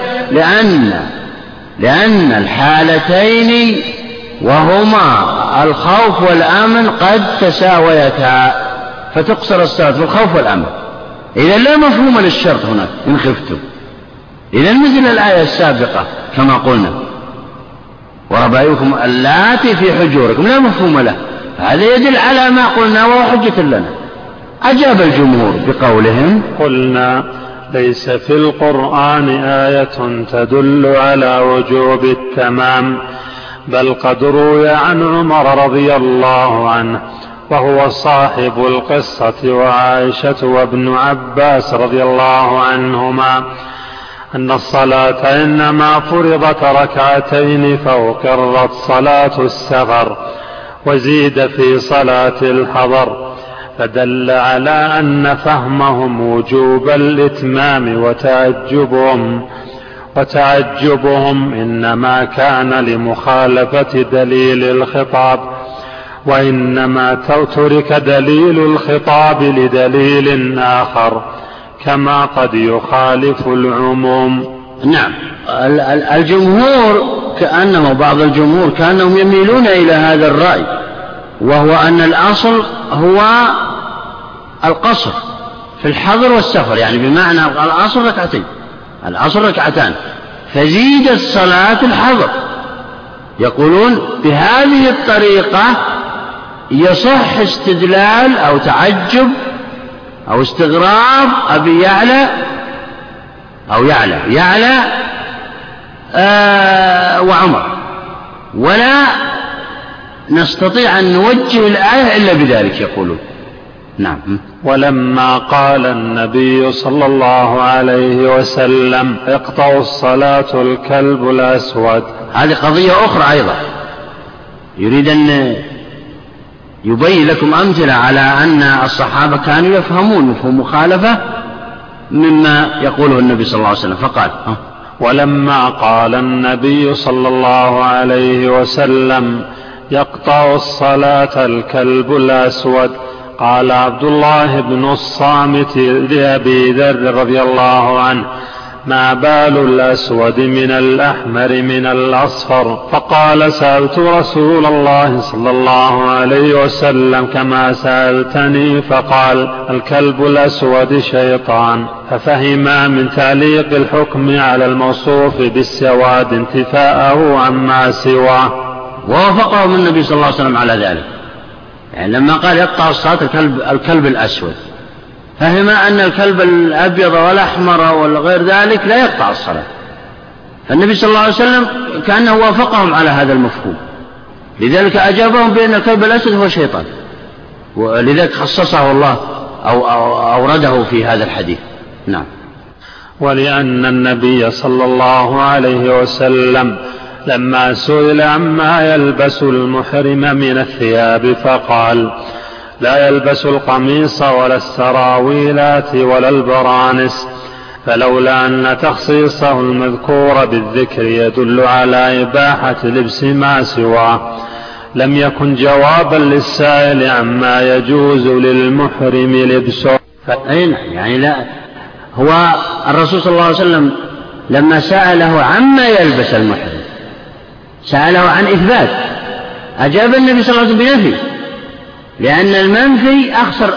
لأن الحالتين وهما الخوف والأمن قد تساويتا، فتقصر الصلاة في الخوف والأمن. إذا لا مفهوم للشرط هناك إن خفتم، إذا مثل الآية السابقة كما قلنا وربائبكم اللاتي في حجوركم لا مفهوم له، هذا يدل على ما قلنا وهو حجة لنا. أجاب الجمهور بقولهم قلنا ليس في القرآن آية تدل على وجوب التمام، بل قد روي عن عمر رضي الله عنه وهو صاحب القصة وعائشة وابن عباس رضي الله عنهما أن الصلاة إنما فرضت ركعتين فأقرت صلاة السفر وزيد في صلاة الحضر، فدل على أن فهمهم وجوب الإتمام وتعجبهم إنما كان لمخالفة دليل الخطاب، وإنما ترك دليل الخطاب لدليل آخر كما قد يخالف العموم. نعم، الجمهور بعض الجمهور كانهم يميلون إلى هذا الرأي، وهو أن الأصل هو القصر في الحضر والسفر، يعني بمعنى الأصل ركعتان فزيد الصلاة الحضر. يقولون بهذه الطريقة يصح استدلال أو تعجب أو استغراب أبي يعلى وعمر، ولا نستطيع أن نوجه الآية إلا بذلك يقولون. نعم. ولما قال النبي صلى الله عليه وسلم اقطعوا الصلاة الكلب الأسود، هذه قضية أخرى أيضا يريد أن يبين لكم أمثلة على أن الصحابة كانوا يفهمون مفهوم مخالفة مما يقوله النبي صلى الله عليه وسلم. فقال ولما قال النبي صلى الله عليه وسلم يقطع الصلاة الكلب الأسود، قال عبد الله بن الصامت لأبي ذر رضي الله عنه ما بال الأسود من الأحمر من الأصفر؟ فقال سألت رسول الله صلى الله عليه وسلم كما سألتني، فقال الكلب الأسود شيطان. ففهما من تعليق الحكم على الموصوف بالسواد انتفاءه عما سواه، ووافقهم النبي صلى الله عليه وسلم على ذلك. يعني لما قال يقطع الصلاة الكلب الأسود فهم أن الكلب الأبيض والأحمر والغير ذلك لا يقطع الصلاة، فالنبي صلى الله عليه وسلم كأنه وافقهم على هذا المفهوم، لذلك أجابهم بأن الكلب الأسود هو شيطان، ولذلك خصصه الله أو أورده في هذا الحديث. نعم. ولأن النبي صلى الله عليه وسلم لما سئل عما يلبس المحرم من الثياب فقال: لا يلبس القميص ولا السراويلات ولا البرانس، فلولا أن تخصيصه المذكور بالذكر يدل على إباحة لبس ما سواه لم يكن جوابا للسائل عما يجوز للمحرم لبسه. يعني لا، هو الرسول صلى الله عليه وسلم لما سأله عما يلبس المحرم سأله عن إثبات، أجاب النبي صلى الله عليه وسلم بنفي، لأن المنفي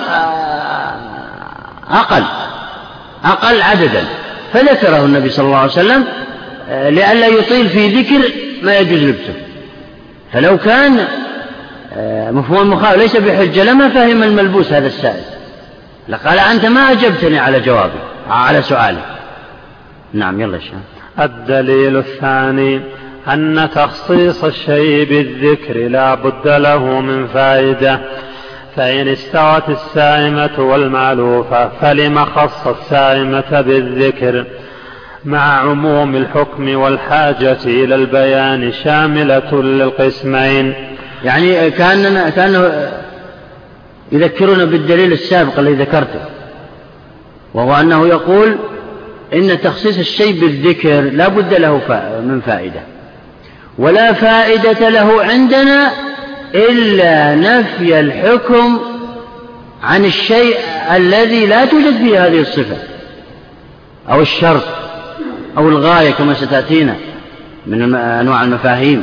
أقل عددا، فذكره النبي صلى الله عليه وسلم لئلا يطيل في ذكر ما يجوز لبسه. فلو كان مفهوم المخالفة ليس بحجة لما فهم الملبوس هذا السائل، لقال أنت ما أجبتني على جوابي على سؤالي. نعم. يلا شيخ. الدليل الثاني أن تخصيص الشيء بالذكر لا بد له من فائدة، فإن استوت السائمة والمعلوفة فلم خص السائمة بالذكر مع عموم الحكم والحاجة إلى البيان شاملة للقسمين. يعني كان يذكرنا بالدليل السابق الذي ذكرته، وهو أنه يقول إن تخصيص الشيء بالذكر لا بد له من فائدة، ولا فائدة له عندنا إلا نفي الحكم عن الشيء الذي لا توجد فيه هذه الصفة أو الشرط أو الغاية كما ستأتينا من أنواع المفاهيم،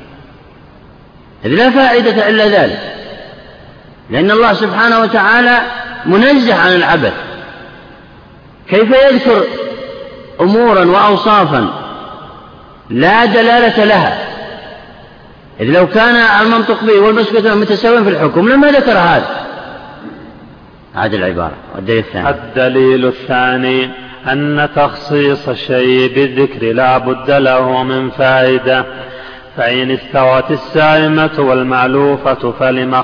إذ لا فائدة إلا ذلك، لأن الله سبحانه وتعالى منزه عن العبث. كيف يذكر أمورا وأوصافا لا دلالة لها؟ إذ لو كان المنطق به والمسكوت متساويا في الحكم لما ذكر هذه العبارة. الدليل الثاني أن تخصيص الشيء بالذكر لا بد له من فائدة، فإن استوت السائمة والمعلوفة فلم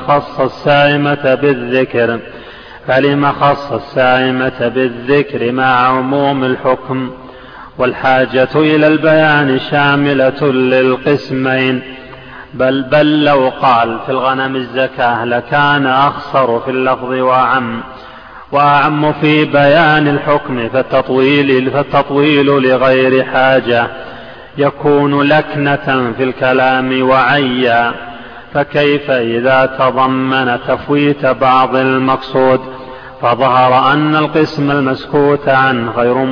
خص السائمة بالذكر مع عموم الحكم والحاجة إلى البيان شاملة للقسمين. بل لو قال في الغنم الزكاة لكان أخصر في اللفظ وأعم في بيان الحكم، فالتطويل لغير حاجة يكون لكنة في الكلام وعيا، فكيف إذا تضمن تفويت بعض المقصود فظهر أن القسم المسكوت عنه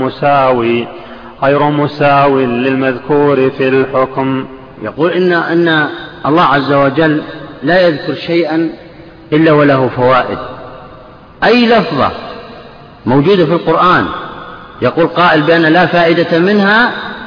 غير مساو للمذكور في الحكم. يقول إن الله عز وجل لا يذكر شيئا إلا وله فوائد. أي لفظة موجودة في القرآن يقول قائل بأن لا فائدة منها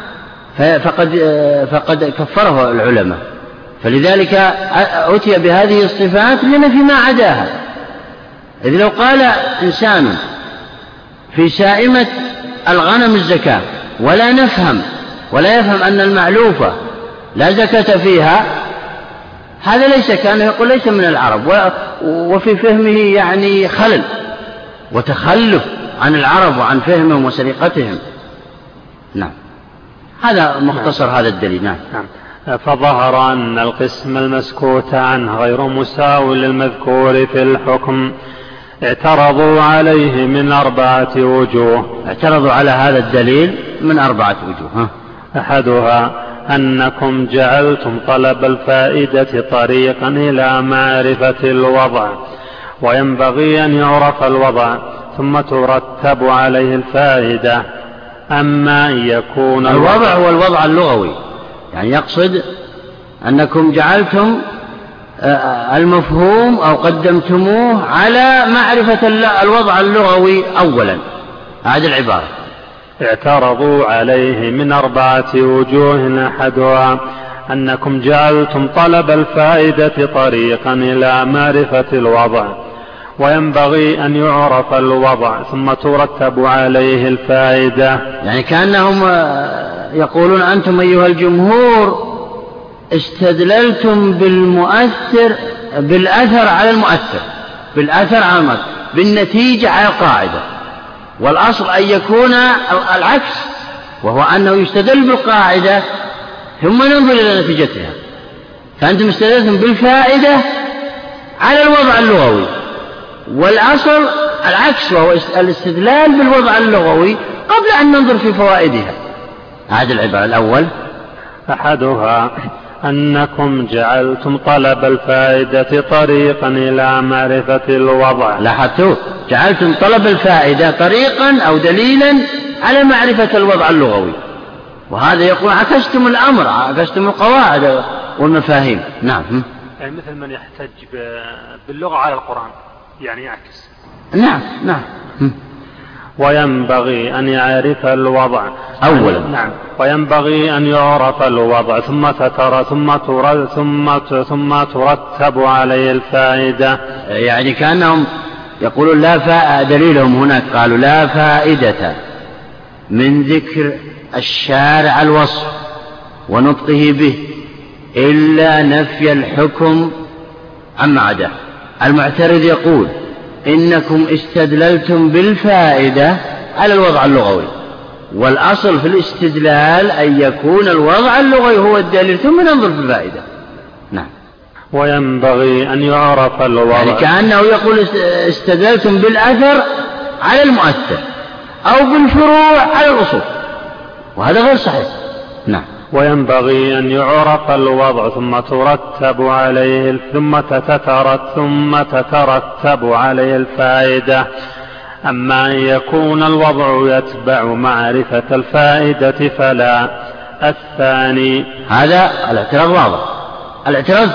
فقد كفره العلماء، فلذلك أتي بهذه الصفات لنفي ما عداها. إذ لو قال إنسان في سائمة الغنم الزكاة ولا يفهم أن المعلوفة لا زكاة فيها، هذا ليس كان يقول ليس من العرب، وفي فهمه يعني خلل وتخلف عن العرب وعن فهمهم وسرقتهم. نعم. هذا مختصر هذا الدليل. نعم. فظهر أن القسم المسكوت عنه غير مساو للمذكور في الحكم. اعترضوا عليه من 4 وجوه. اعترضوا على هذا الدليل من 4 وجوه. أحدها أنكم جعلتم طلب الفائدة طريقا إلى معرفة الوضع، وينبغي أن يعرف الوضع ثم ترتب عليه الفائدة. أما أن يكون الوضع هو الوضع اللغوي، يعني يقصد أنكم جعلتم المفهوم أو قدمتموه على معرفة الوضع اللغوي أولا. هذه العبارة. اعترضوا عليه من 4 وجوه. أحدها أنكم جعلتم طلب الفائدة طريقا إلى معرفة الوضع، وينبغي أن يعرف الوضع ثم ترتب عليه الفائدة. يعني كأنهم يقولون أنتم أيها الجمهور استدللتم بالأثر على المؤثر، بالنتيجة على القاعدة، والأصل أن يكون العكس، وهو أنه يستدل بالقاعدة ثم ننظر إلى نتيجتها. فأنتم استدلتم بالفائدة على الوضع اللغوي، والأصل العكس، وهو الاستدلال بالوضع اللغوي قبل أن ننظر في فوائدها. هذا العبارة الأول. أحدها أنكم جعلتم طلب الفائدة طريقا إلى معرفة الوضع. لاحظتوا، جعلتم طلب الفائدة طريقا أو دليلا على معرفة الوضع اللغوي، وهذا يقول عكستم الأمر، عكستم القواعد والمفاهيم. نعم. يعني مثل من يحتج باللغة على القرآن، يعني يعكس. نعم. وينبغي أن يعرف الوضع أولا. نعم. وينبغي أن يعرف الوضع ثم ترتب عليه الفائدة. يعني كأنهم يقولون دليلهم هناك قالوا لا فائدة من ذكر الشارع الوصف ونطقه به إلا نفي الحكم عما عداه. المعترض يقول إنكم استدللتم بالفائدة على الوضع اللغوي، والأصل في الاستدلال أن يكون الوضع اللغوي هو الدليل ثم ننظر في الفائدة. نعم. وينبغي أن يعرف الوضع، يعني كأنه يقول استدللتم بالأثر على المؤثر أو بالفروع على الأصول، وهذا غير صحيح. نعم. وينبغي أن يعرف الوضع ثم تترتب عليه الفائدة. أما أن يكون الوضع يتبع معرفة الفائدة فلا. الثاني، هذا الاعتراض واضح. الاعتراض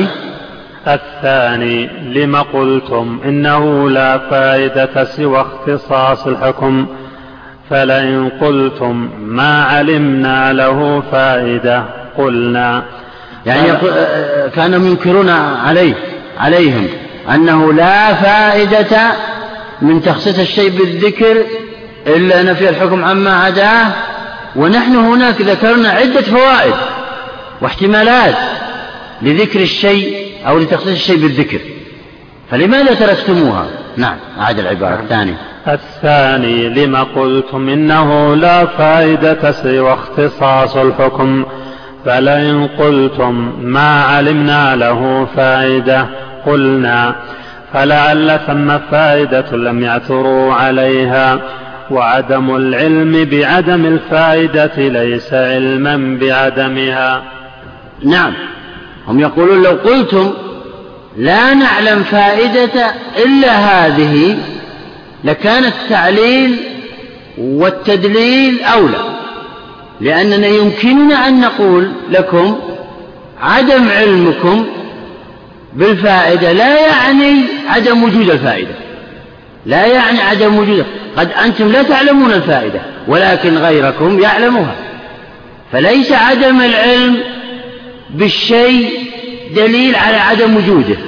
الثاني لما قلتم إنه لا فائدة سوى اختصاص الحكم، فلئن قلتم ما علمنا له فائدة قلنا. يعني كانوا ينكرون عليهم أنه لا فائدة من تخصيص الشيء بالذكر إلا نفي الحكم عما عداه، ونحن هناك ذكرنا عدة فوائد واحتمالات لذكر الشيء أو لتخصيص الشيء بالذكر، فلماذا تركتموها؟ نعم. عاد العبارة الثاني لما قلتم إنه لا فائدة سوى اختصاص الحكم، فلئن قلتم ما علمنا له فائدة قلنا، فلعل ثم فائدة لم يعثروا عليها، وعدم العلم بعدم الفائدة ليس علما بعدمها. نعم. هم يقولون لو قلتم لا نعلم فائدة إلا هذه لكان التعليل والتدليل أولى، لأننا يمكننا أن نقول لكم عدم علمكم بالفائدة لا يعني عدم وجود الفائدة، لا يعني عدم وجودها. قد أنتم لا تعلمون الفائدة ولكن غيركم يعلمها، فليس عدم العلم بالشيء دليل على عدم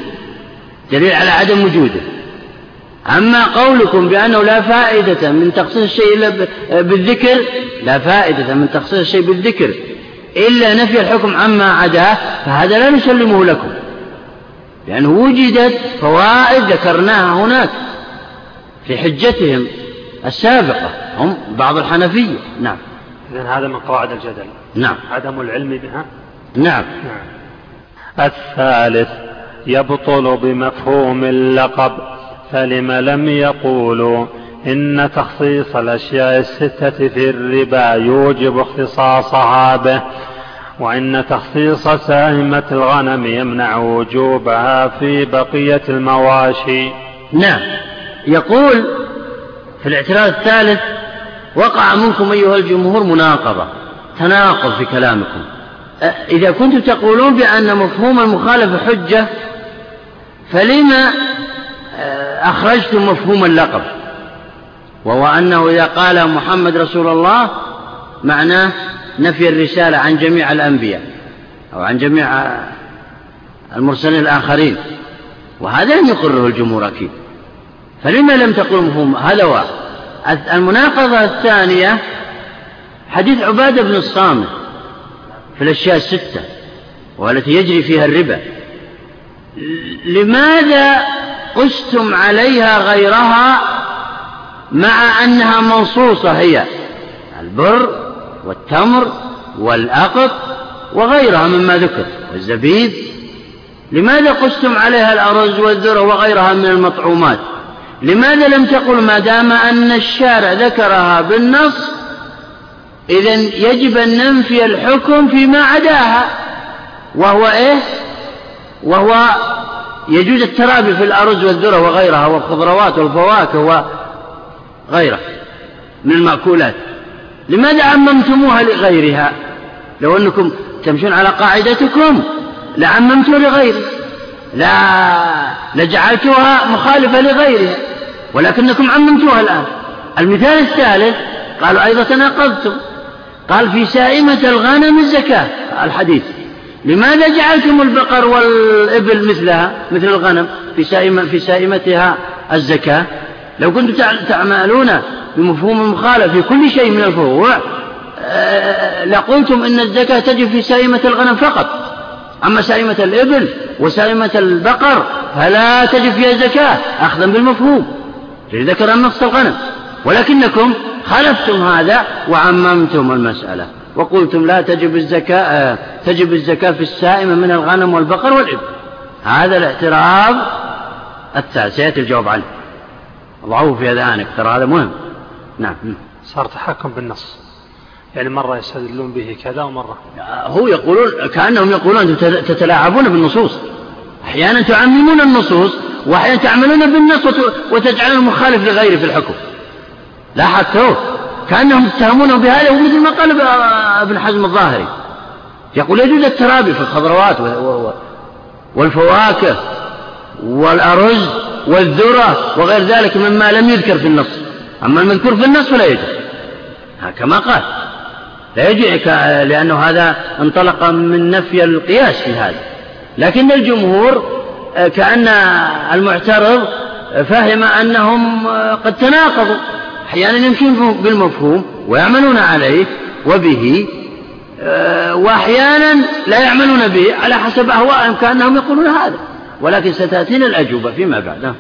وجوده. أما قولكم بأنه لا فائدة من تخصيص الشيء إلا بالذكر، لا فائدة من تخصيص الشيء بالذكر إلا نفي الحكم عما عداه، فهذا لا نسلمه لكم، لأنه وجدت فوائد ذكرناها هناك في حجتهم السابقة، هم بعض الحنفية. نعم. إذن هذا من قواعد الجدل. نعم. عدم العلم بها. نعم. الثالث يبطل بمفهوم اللقب، فلم لم يقولوا إن تخصيص الأشياء الستة في الربا يوجب اختصاصها به، وإن تخصيص سائمة الغنم يمنع وجوبها في بقية المواشي. نعم. يقول في الاعتراض الثالث وقع منكم أيها الجمهور تناقض في كلامكم. إذا كنتم تقولون بأن مفهوم المخالفة حجة، فلما أخرجتم مفهوم اللقب، وهو أنه إذا قال محمد رسول الله معناه نفي الرسالة عن جميع الأنبياء أو عن جميع المرسلين الآخرين، وهذا لم يقرره الجمهور أكيد. فلما لم تقل مفهوم؟ هذا واحد. المناقضة الثانية حديث عبادة بن الصامت في الأشياء الستة والتي يجري فيها الربا، لماذا قستم عليها غيرها مع أنها منصوصة؟ هي البر والتمر والأقط وغيرها مما ذكر والزبيب. لماذا قستم عليها الأرز والذرة وغيرها من المطعومات؟ لماذا لم تقل ما دام أن الشارع ذكرها بالنص إذن يجب أن ننفي الحكم فيما عداها، وهو إيه؟ وهو يجوز الترابي في الأرز والذرة وغيرها والخضروات والفواكه وغيرها من المأكولات. لماذا عممتموها لغيرها؟ لو أنكم تمشون على قاعدتكم لعممتوا لغيره، لجعلتوها مخالفة لغيرها، ولكنكم عممتوها الآن. المثال الثالث قالوا أيضا تناقضتم، قال في سائمة الغنم الزكاة الحديث، لماذا جعلتم البقر والإبل مثلها مثل الغنم في سائمتها الزكاة؟ لو كنتم تعملون بمفهوم المخالف في كل شيء من الفروع لقلتم إن الزكاة تجب في سائمة الغنم فقط، أما سائمة الإبل وسائمة البقر فلا تجب فيها الزكاة أخذا بالمفهوم ذكر النص الغنم، ولكنكم خالفتم هذا وعممتم المسألة وقلتم لا تجب الزكاة، تجب الزكاة في السائمة من الغنم والبقر والإبل. هذا الاعتراض الثالث سيأتي الجواب عنه، ضعوه في أذهانك، ترى هذا مهم. نعم. صار تحكم بالنص، يعني مرة يستدلون به كذا ومرة هو يقولون كأنهم يقولون تتلاعبون بالنصوص، أحيانا تعممون النصوص وأحيانا تعملون بالنص وتجعلون مخالف لغيره في الحكم. لاحظتوا كأنهم يتهمونه بهذا، ومثل ما قال ابن حزم الظاهري يقول يجوز الترابي في الخضروات والفواكه والأرز والذرة وغير ذلك مما لم يذكر في النص، أما المذكور في النص فلا يجوز كما قال، لا يجوز لأنه هذا انطلق من نفي القياس في هذا. لكن الجمهور كأن المعترض فهم أنهم قد تناقضوا، أحيانا يمكن بالمفهوم ويعملون عليه وبه، وأحيانا لا يعملون به على حسب أهوائهم كأنهم يقولون هذا، ولكن ستأتينا الأجوبة فيما بعد.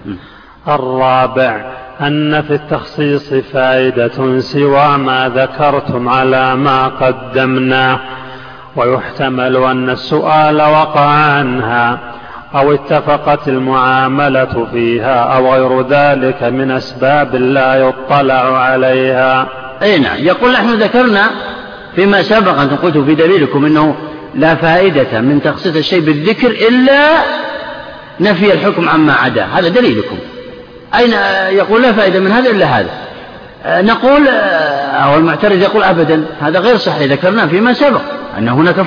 الرابع أن في التخصيص فائدة سوى ما ذكرتم على ما قدمنا، ويحتمل أن السؤال وقع عنها أو اتفقت المعاملة فيها أو غير ذلك من أسباب لا يطلع عليها. أي نعم. يقول نحن ذكرنا فيما سبق أن قلت في دليلكم أنه لا فائدة من تخصيص الشيء بالذكر إلا نفي الحكم عما عدا، هذا دليلكم. أين يقول لا فائدة من هذا إلا هذا؟ نقول أو المعترض يقول أبدا هذا غير صحيح، ذكرنا فيما سبق أن هناك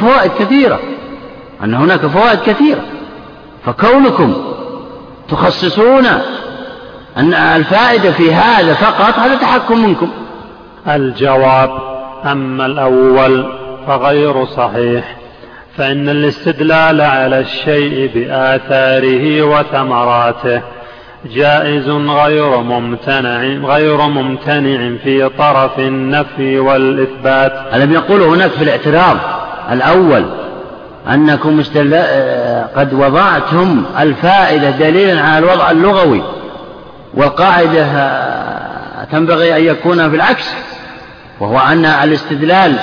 فوائد كثيرة، فكونكم تخصصون أن الفائدة في هذا فقط هذا تحكم منكم. الجواب: أما الأول فغير صحيح، فإن الاستدلال على الشيء بآثاره وثمراته جائز غير ممتنع في طرف النفي والإثبات. ألم يقول هناك في الاعتراض الأول أنكم قد وضعتم الفائدة دليلا على الوضع اللغوي، والقاعدة تنبغي أن يكون في العكس، وهو أن الاستدلال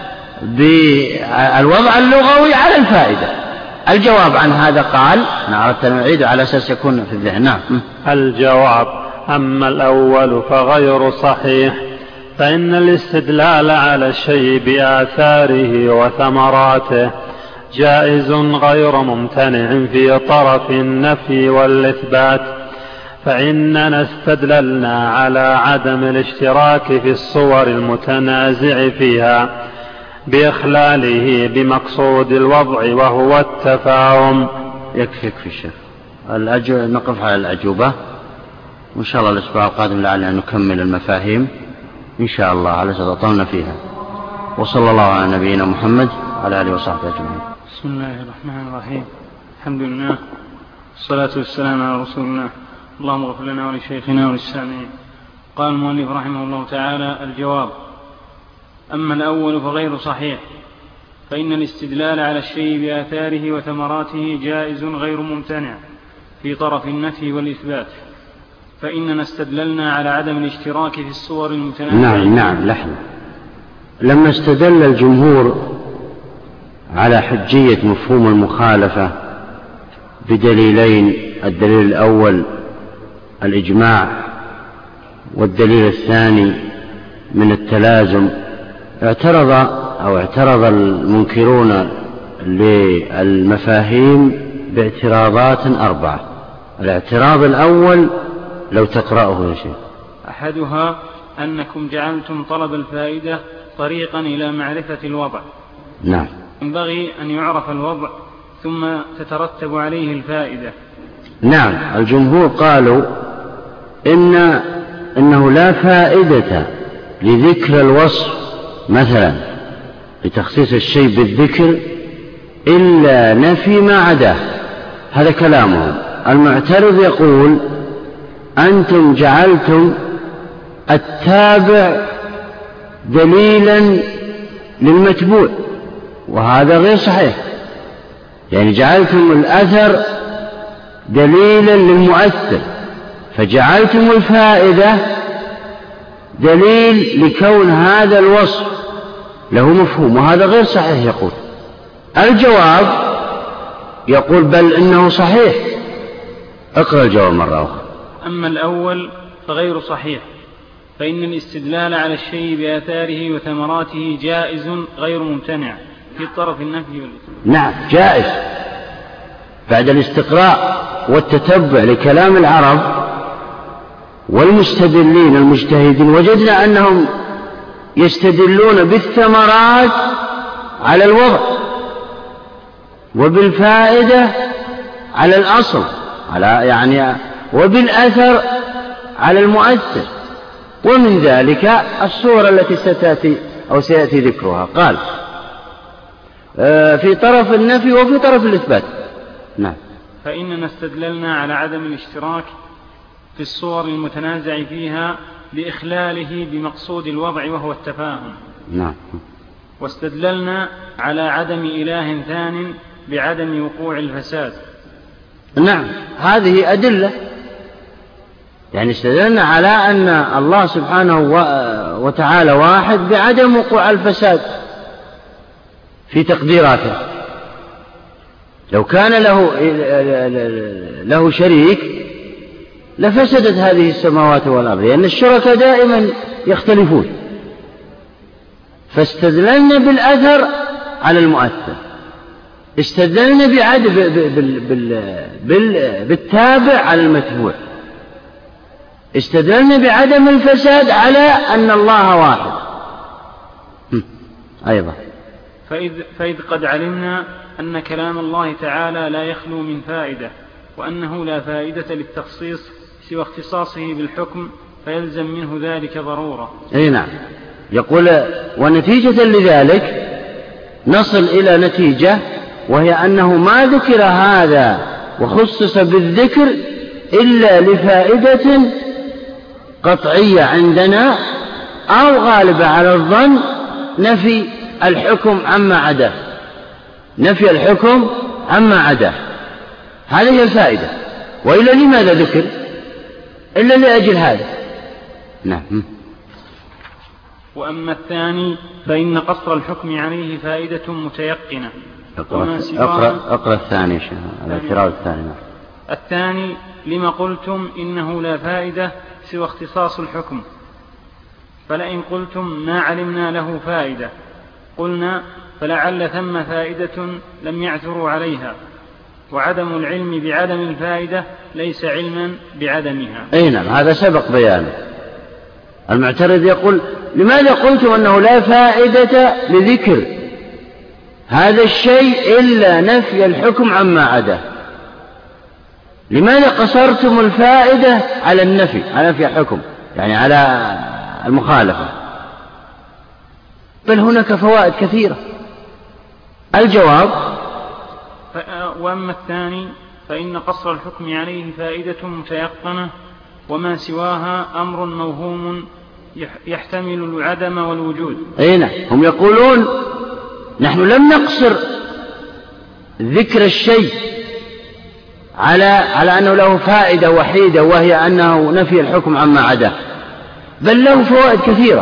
بالوضع اللغوي على الفائدة. الجواب عن هذا قال أردت أن أعيد على أساس يكون في الذهن. نعم. الجواب: أما الأول فغير صحيح، فإن الاستدلال على الشيء بآثاره وثمراته جائز غير ممتنع في طرف النفي والإثبات، فإننا استدللنا على عدم الاشتراك في الصور المتنازع فيها بإخلاله بمقصود الوضع وهو التفاهم. يكفي الشيخ، نقف على الأجوبة، وإن شاء الله الأسبوع القادم لعلنا نكمل المفاهيم إن شاء الله على أطلنا فيها. وصلى الله على نبينا محمد وعلى آله وصحبه أجمعين. بسم الله الرحمن الرحيم. الحمد لله والصلاة والسلام على رسول الله اللهم اغفر لنا ولشيخنا وللسامعين. قال المؤلف رحمه الله تعالى: الجواب: أما الأول فغير صحيح، فإن الاستدلال على الشيء بآثاره وثمراته جائز غير ممتنع في طرف النفي والإثبات، فإننا استدللنا على عدم الاشتراك في الصور المتنازعة. نعم لحظة. لما استدل الجمهور على حجية مفهوم المخالفة بدليلين: الدليل الأول الإجماع، والدليل الثاني من التلازم، اعترض المنكرون للمفاهيم باعتراضات 4. الاعتراض الأول لو تقرأه يا شيخ. أحدها أنكم جعلتم طلب الفائدة طريقا إلى معرفة الوضع. نعم. ينبغي أن يعرف الوضع ثم تترتب عليه الفائدة. نعم. الجمهور قالوا إنه لا فائدة لذكر الوصف مثلا لتخصيص الشيء بالذكر إلا نفي ما عداه. هذا كلامهم. المعترض يقول: أنتم جعلتم التابع دليلا للمتبوع، وهذا غير صحيح. يعني جعلتم الأثر دليلا للمؤثر، فجعلتم الفائدة دليل لكون هذا الوصف له مفهوم، وهذا غير صحيح. يقول الجواب يقول بل إنه صحيح. اقرأ الجواب مرة أخرى. أما الأول فغير صحيح، فإن الاستدلال على الشيء بآثاره وثمراته جائز غير ممتنع في طرف النفي والإثبات. نعم جائز. بعد الاستقراء والتتبع لكلام العرب والمستدلين المجتهدين وجدنا أنهم يستدلون بالثمرات على الوضع، وبالفائدة على الأصل، وبالأثر على المؤثر. ومن ذلك الصورة التي سيأتي ذكرها. قال في طرف النفي وفي طرف الإثبات. نعم. فإننا استدللنا على عدم الاشتراك في الصور المتنازع فيها لإخلاله بمقصود الوضع وهو التفاهم. نعم. واستدللنا على عدم إله ثان بعدم وقوع الفساد. نعم. هذه أدلة. يعني استدللنا على أن الله سبحانه وتعالى واحد بعدم وقوع الفساد في تقديراته. لو كان له شريك لفسدت هذه السماوات والأرض، لأن الشركاء دائما يختلفون. فاستدللنا بالأثر على المؤثر، استدللنا بالتابع على المتبوع، استدللنا بعدم الفساد على أن الله واحد أيضا. فإذ قد علمنا أن كلام الله تعالى لا يخلو من فائدة، وأنه لا فائدة للتخصيص سوى اختصاصه بالحكم، فيلزم منه ذلك ضرورة. أي نعم. يقول ونتيجة لذلك نصل إلى نتيجة، وهي أنه ما ذكر هذا وخصص بالذكر إلا لفائدة قطعية عندنا أو غالبة على الظن، نفي الحكم عما عداه، نفي الحكم عما عداه. هذه هي الفائدة. وإلا لماذا ذكر إلا لأجل هذا؟ نعم. وأما الثاني فإن قصر الحكم عليه فائدة متيقنة. أقرأ الثاني الاعتراض الثاني. الثاني لما قلتم إنه لا فائدة سوى اختصاص الحكم، فلئن قلتم ما علمنا له فائدة قلنا فلعل ثم فائدة لم يعثروا عليها، وعدم العلم بعدم الفائدة ليس علما بعدمها. أي نعم. هذا سبق بيانه. المعترض يقول لماذا قلتم أنه لا فائدة لذكر هذا الشيء إلا نفي الحكم عما عداه؟ لماذا قصرتم الفائدة على النفي، على نفي الحكم، يعني على المخالفة؟ بل هناك فوائد كثيرة. الجواب وأما الثاني فإن قصر الحكم عليه فائدة متيقنة، وما سواها أمر موهوم يحتمل العدم والوجود. أين هم يقولون نحن لم نقصر ذكر الشيء على أنه له فائدة وحيدة، وهي أنه نفي الحكم عما عداه، بل له فوائد كثيرة،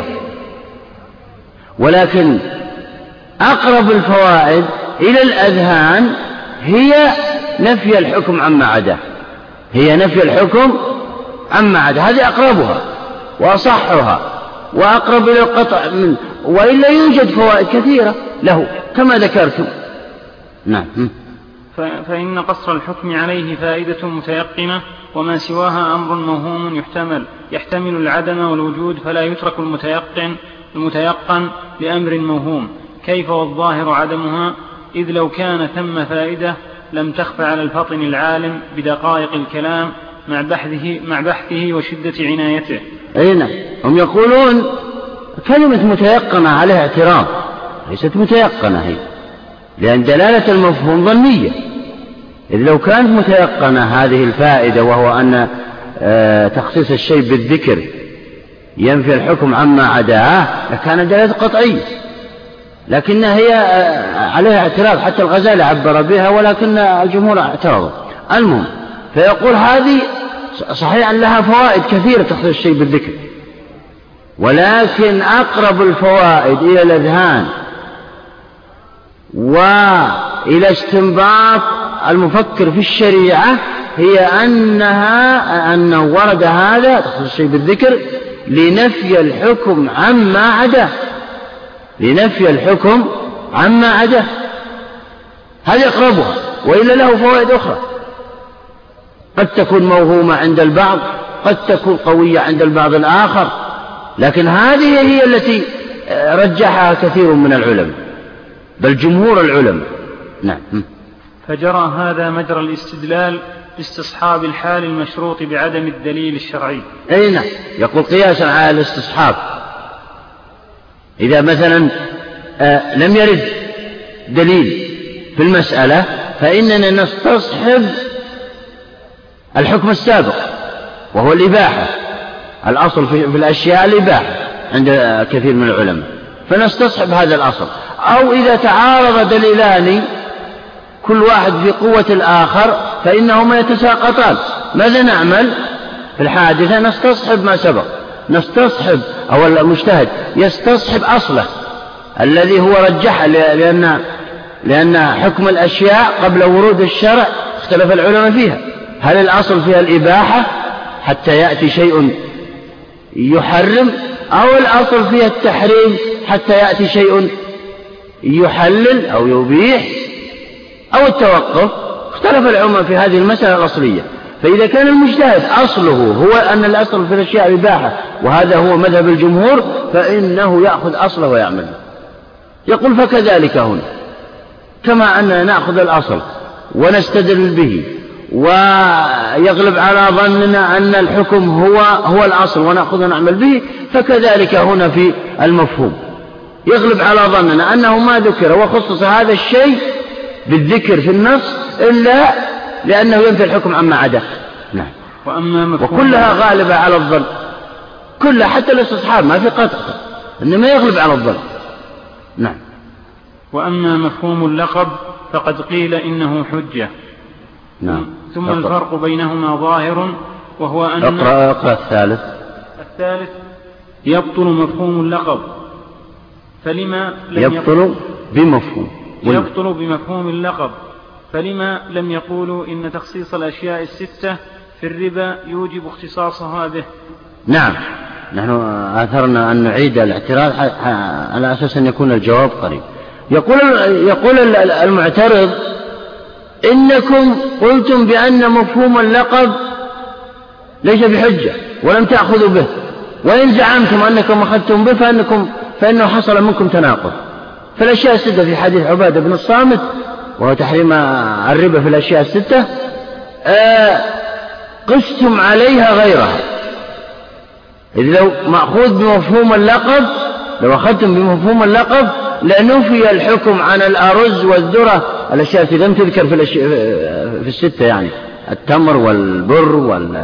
ولكن أقرب الفوائد إلى الأذهان هي نفي الحكم عما عداه، هي نفي الحكم عما عداه، هذه أقربها وأصحها وأقرب إلى القطع منه، وإلا يوجد فوائد كثيرة له كما ذكرتم. نعم. فإن قصر الحكم عليه فائدة متيقنة، وما سواها أمر موهوم يحتمل العدم والوجود، فلا يترك المتيقن لأمر موهوم، كيف والظاهر عدمها، إذ لو كان ثم فائدة لم تخف على الفطن العالم بدقائق الكلام مع بحثه وشدة عنايته. أين هم يقولون كلمة متيقنة عليها اعتراض، ليست متيقنة هي، لأن دلالة المفهوم ظنية، إذ لو كانت متيقنة هذه الفائدة، وهو أن تخصيص الشيء بالذكر ينفي الحكم عما عداه، لكان دلالة قطعية، لكنها هي عليها اعتراض، حتى الغزالي عبر بها ولكن الجمهور اعترضوا. المهم، فيقول هذه صحيح أن لها فوائد كثيرة تخصيص الشيء بالذكر، ولكن أقرب الفوائد إلى الأذهان وإلى استنباط المفكر في الشريعة هي أنه ورد هذا تخصيص الشيء بالذكر لنفي الحكم عما عداه، لنفي الحكم عما عداه، هذه أقربها، وإلا له فوائد أخرى قد تكون موهومة عند البعض، قد تكون قوية عند البعض الآخر، لكن هذه هي التي رجحها كثير من العلماء، بل جمهور العلماء. نعم. فجرى هذا مجرى الاستدلال باستصحاب الحال المشروط بعدم الدليل الشرعي. أي نعم، يقول قياسا على الاستصحاب، إذا مثلا لم يرد دليل في المسألة فإننا نستصحب الحكم السابق وهو الإباحة، الأصل في الأشياء الإباحة عند كثير من العلماء، فنستصحب هذا الأصل. أو إذا تعارض دليلان كل واحد في قوة الآخر فإنهما يتساقطان، ماذا نعمل في الحادثة؟ نستصحب ما سبق، نستصحب، أو المجتهد يستصحب أصله الذي هو رجح، لأن حكم الأشياء قبل ورود الشرع اختلف العلماء فيها، هل الأصل فيها الإباحة حتى يأتي شيء يحرم، أو الأصل فيها التحريم حتى يأتي شيء يحلل أو يبيح، أو التوقف؟ اختلف العلماء في هذه المسألة الأصلية. فإذا كان المجتهد أصله هو أن الأصل في الأشياء إباحة، وهذا هو مذهب الجمهور، فإنه يأخذ أصله ويعمل. يقول فكذلك هنا، كما أننا نأخذ الأصل ونستدل به ويغلب على ظننا أن الحكم هو الأصل ونأخذ ونعمل به، فكذلك هنا في المفهوم يغلب على ظننا أنه ما ذكر وخصص هذا الشيء بالذكر في النص إلا لأنه ينفي الحكم عما عداه. نعم. وكلها غالبة على الظن، كلها حتى الاستصحاب ما في قطع، إنما يغلب على الظن. نعم. وأما مفهوم اللقب فقد قيل إنه حجة. نعم. ثم الفرق بينهما ظاهر، وهو أن اقرأ الثالث يبطل مفهوم اللقب، فلما لم يبطل بمفهوم اللقب، فلما لم يقولوا إن تخصيص الأشياء الستة في الربا يوجب اختصاصها به. نعم، نحن آثرنا أن نعيد الاعتراض على أساس أن يكون الجواب قريب. يقول المعترض إنكم قلتم بأن مفهوم اللقب ليس بحجة ولم تأخذوا به، وإن زعمتم أنكم أخذتم به فإنه حصل منكم تناقض. فالأشياء الستة في حديث عبادة بن الصامت وهو تحريم الربا في الأشياء الستة قستم عليها غيرها، إذ لو مأخوذ بمفهوم اللقب، لو أخذتم بمفهوم اللقب لنفي الحكم عن الأرز والذرة، الأشياء التي لم تذكر في الستة يعني التمر والبر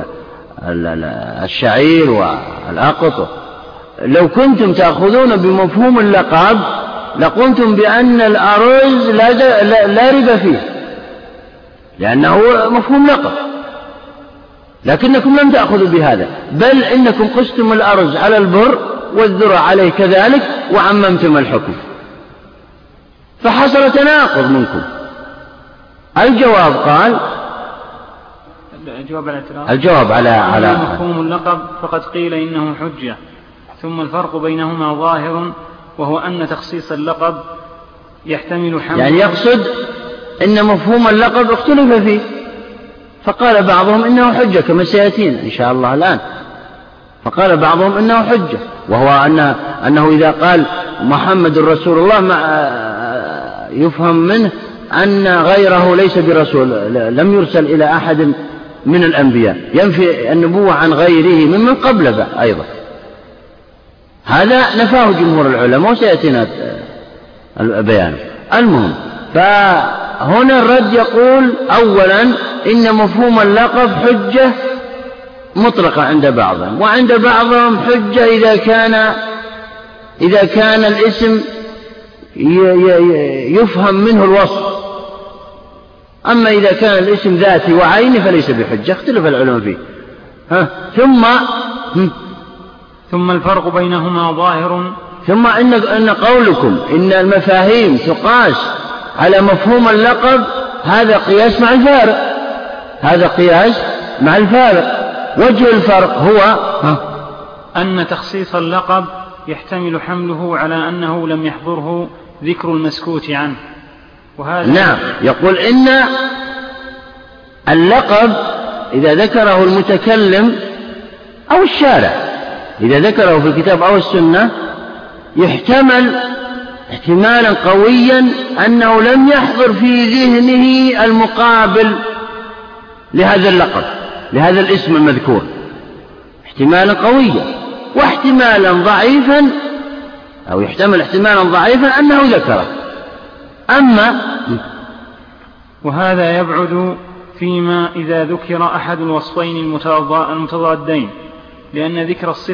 والشعير والأقط. لو كنتم تأخذون بمفهوم اللقب لقلتم بأن الأرز لا ربا فيه، لأنه مفهوم لقب، لكنكم لم تأخذوا بهذا، بل إنكم قستم الأرز على البر والذرة عليه كذلك وعممتم الحكم، فحصل تناقض منكم. الجواب قال الجواب على مفهوم اللقب فقد قيل إنه حجة، ثم الفرق بينهما ظاهر، وهو أن تخصيص اللقب يحتمل حمل، يعني يقصد إن مفهوم اللقب اختلف فيه، فقال بعضهم إنه حجة كما سيأتينا إن شاء الله الآن، فقال بعضهم إنه حجة، وهو أنه إذا قال محمد رسول الله يفهم منه أن غيره ليس برسول، لم يرسل إلى أحد من الأنبياء، ينفي النبوة عن غيره ممن قبل أيضا. هذا نفاه جمهور العلماء وسيأتينا البيان. المهم، فهنا الرد يقول أولا إن مفهوم اللقب حجة مطلقة عند بعضهم، وعند بعضهم حجة إذا كان الاسم يفهم منه الوصف، أما إذا كان الاسم ذاتي وعيني فليس بحجة، اختلف العلماء فيه. ثم الفرق بينهما ظاهر، ثم إن قولكم إن المفاهيم تقاس على مفهوم اللقب هذا قياس مع الفارق، هذا قياس مع الفارق. وجه الفرق هو أن تخصيص اللقب يحتمل حمله على أنه لم يحضره ذكر المسكوت عنه، وهذا نعم، يقول إن اللقب إذا ذكره المتكلم أو الشارع، إذا ذكره في الكتاب أو السنة يحتمل احتمالا قويا أنه لم يحضر في ذهنه المقابل لهذا اللقب، لهذا الاسم المذكور، احتمالا قويا، واحتمالا ضعيفا، أو يحتمل احتمالا ضعيفا أنه ذكره. وهذا يبعد فيما إذا ذكر أحد الوصفين المتضادين، لأن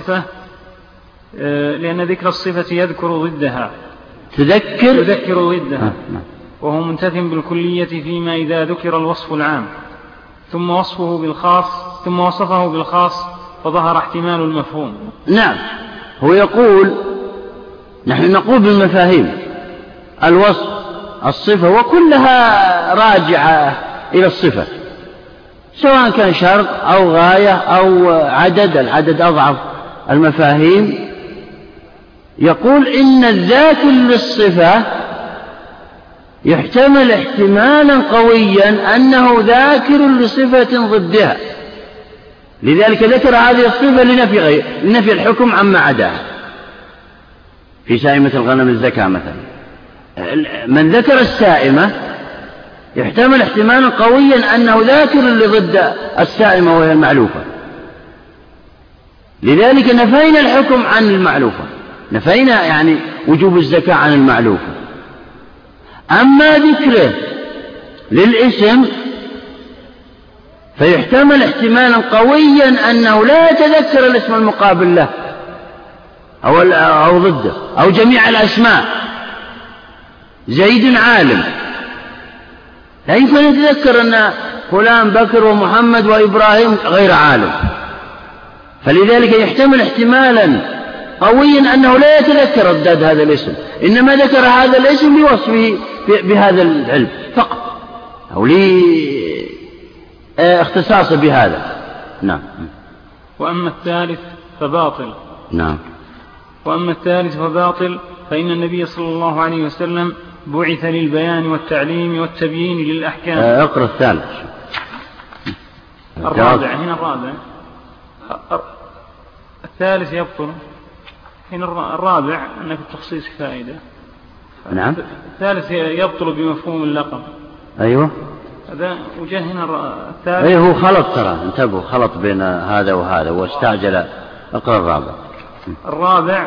ذكر الصفة يذكر ضدها، تذكر ضدها، وهو منتفٍ بالكلية فيما إذا ذكر الوصف العام ثم وصفه بالخاص فظهر احتمال المفهوم. نعم، هو يقول نحن نقول بالمفاهيم الوصف الصفة وكلها راجعة إلى الصفة، سواء كان شرط أو غاية أو العدد أضعف المفاهيم. يقول إن الذاكر للصفة يحتمل احتمالا قويا أنه ذاكر لصفة ضدها، لذلك ذكر هذه الصفة لنفي الحكم عما عداها. في سائمة الغنم الزكاة مثلا، من ذكر السائمة يحتمل احتمالا قويا أنه ذاكر لضد السائمة وهي المعلوفة، لذلك نفينا الحكم عن المعلوفة، نفينا يعني وجوب الزكاة عن المعلوفة. أما ذكره للاسم فيحتمل احتمالا قويا أنه لا يتذكر الاسم المقابل له أو ضده أو جميع الأسماء. زيد عالم، لا يمكن أن يتذكر أن فلان بكر ومحمد وإبراهيم غير عالم، فلذلك يحتمل احتمالا قويا أنه لا يتذكر أضداد هذا الاسم، إنما ذكر هذا الاسم لوصفه بهذا العلم فقط، أو اختصاصه بهذا. نعم. وأما الثالث فباطل. نعم. وأما الثالث فباطل فإن النبي صلى الله عليه وسلم بعث للبيان والتعليم والتبيين للأحكام. اقرأ الثالث. الرابع، هنا الرابع. الثالث يبطل، هنا الرابع أن في التخصيص فائدة. نعم. الثالث يبطل بمفهوم اللقب. أيوة. هذا وجه هنا الثالث. أيه، هو خلط، ترى انتبهوا، خلط بين هذا وهذا واستعجل. اقرأ الرابع. الرابع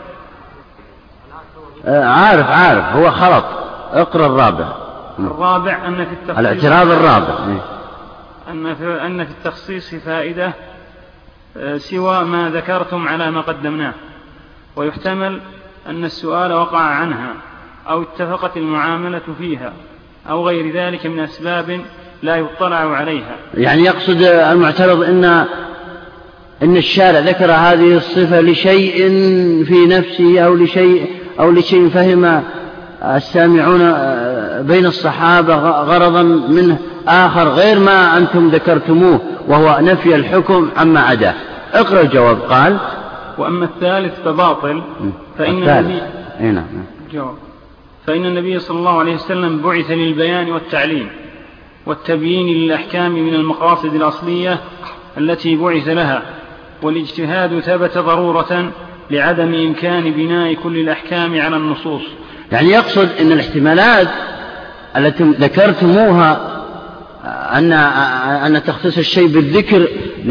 عارف هو خلط. اقرأ الرابع. الرابع أن في التخصيص الاعتراض الرابع. أن في التخصيص فائدة سوى ما ذكرتم على ما قدمناه، ويحتمل أن السؤال وقع عنها أو اتفقت المعاملة فيها أو غير ذلك من أسباب لا يطلع عليها. يعني يقصد المعترض إن الشارع ذكر هذه الصفة لشيء في نفسه أو لشيء فهم السامعون بين الصحابة غرضا منه آخر غير ما أنتم ذكرتموه، وهو نفي الحكم عما عداه. اقرأ الجواب. قال: وأما الثالث فباطل، فإن النبي صلى الله عليه وسلم بعث للبيان والتعليم والتبيين للأحكام من المقاصد الأصلية التي بعث لها، والاجتهاد ثبت ضرورة لعدم إمكان بناء كل الأحكام على النصوص. يعني يقصد أن الاحتمالات التي ذكرتموها أن تخصيص الشيء بالذكر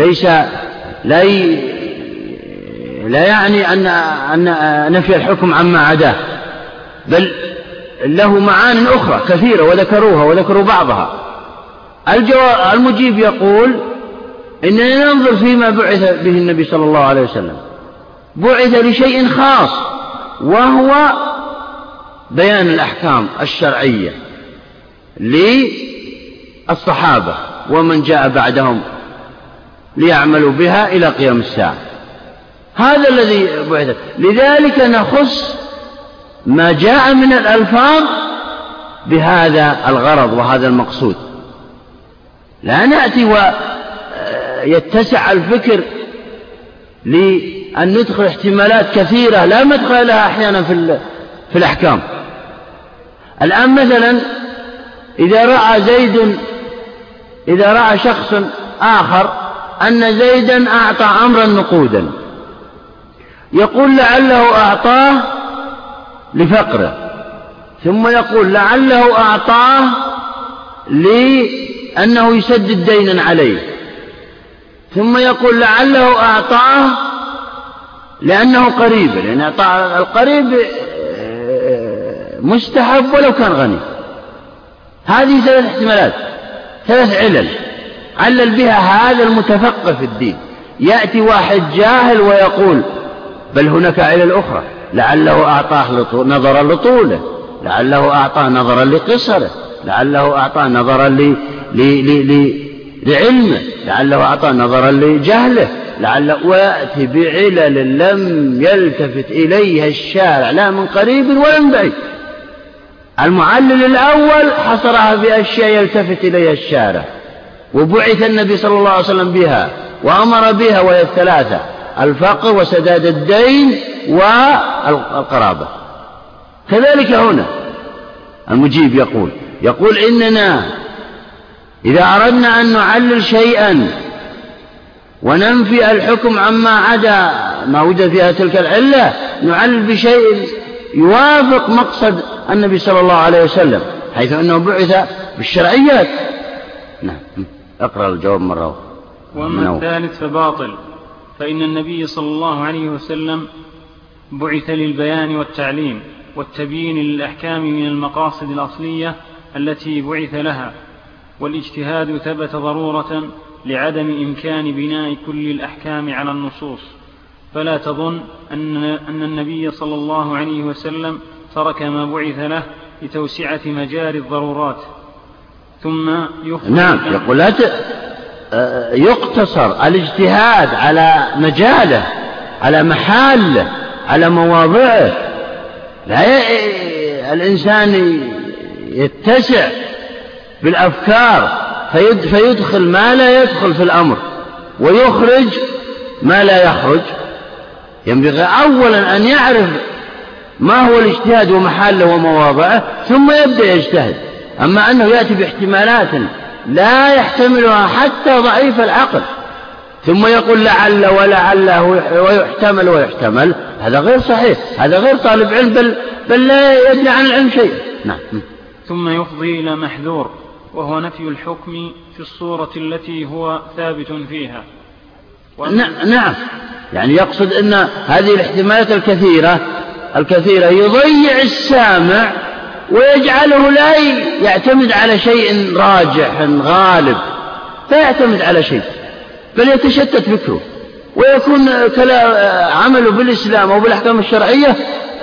لا يعني أن نفي الحكم عما عداه، بل له معان أخرى كثيرة وذكروا بعضها. المجيب يقول: إننا ننظر فيما بعث به النبي صلى الله عليه وسلم، بعث لشيء خاص وهو بيان الأحكام الشرعية للصحابة ومن جاء بعدهم ليعملوا بها إلى قيام الساعة. هذا الذي بعث، لذلك نخص ما جاء من الألفاظ بهذا الغرض وهذا المقصود. لا نأتي ويتسع الفكر لأن ندخل احتمالات كثيرة لا مدخل لها أحيانا في الأحكام. الآن مثلا إذا رأى شخص آخر أن زيدا أعطى عمرا نقودا، يقول لعله أعطاه لفقره، ثم يقول لعله أعطاه لأنه يسدد دينا عليه، ثم يقول لعله أعطاه لأنه قريب، لأن أعطاه القريب مستحب ولو كان غني. هذه 3 احتمالات، 3 علل علل بها هذا المتفقه في الدين. يأتي واحد جاهل ويقول: بل هناك علل أخرى، لعله أعطاه نظرا لطوله، لعله أعطاه نظرا لقصره، لعله أعطاه نظرا لعلمه، لعله أعطاه نظرا لجهله، ويأتي بعلل لم يلتفت إليها الشارع لا من قريب ولا من بعيد. المعلل الأول حصرها بأشياء يلتفت إليها الشارع، وبعث النبي صلى الله عليه وسلم بها وأمر بها، وهي 3: الفقر وسداد الدين والقرابة. كذلك هنا المجيب يقول إننا إذا أردنا أن نعلل شيئا وننفي الحكم عما عدا ما وجد فيها تلك العلة، نعلل بشيء يوافق مقصد النبي صلى الله عليه وسلم، حيث أنه بعث بالشرعيات. نعم. اقرأ الجواب مرة أخرى. وأما الثالث فباطل، فإن النبي صلى الله عليه وسلم بعث للبيان والتعليم والتبيين للأحكام من المقاصد الأصلية التي بعث لها، والاجتهاد ثبت ضرورة لعدم إمكان بناء كل الأحكام على النصوص، فلا تظن أن النبي صلى الله عليه وسلم ترك ما بعث له لتوسعة مجال الضرورات ثم نعم. يقول لا يقتصر الاجتهاد على مجاله، على محاله، على مواضعه. لا الإنسان يتسع بالأفكار فيدخل ما لا يدخل في الأمر ويخرج ما لا يخرج. ينبغي أولا أن يعرف ما هو الاجتهاد ومحاله ومواضعه ثم يبدأ يجتهد. أما أنه يأتي باحتمالات لا يحتملها حتى ضعيف العقل ثم يقول لعل ولعله ويحتمل، هذا غير صحيح، هذا غير طالب علم، بل لا يدري عن العلم شيء. نعم. ثم يفضي إلى محذور، وهو نفي الحكم في الصورة التي هو ثابت فيها. نعم. يعني يقصد أن هذه الاحتمالات الكثيرة يضيع السامع ويجعله لا يعتمد على شيء راجح غالب، لا يعتمد على شيء، بل يتشتت فكره ويكون عمله بالإسلام أو بالأحكام الشرعية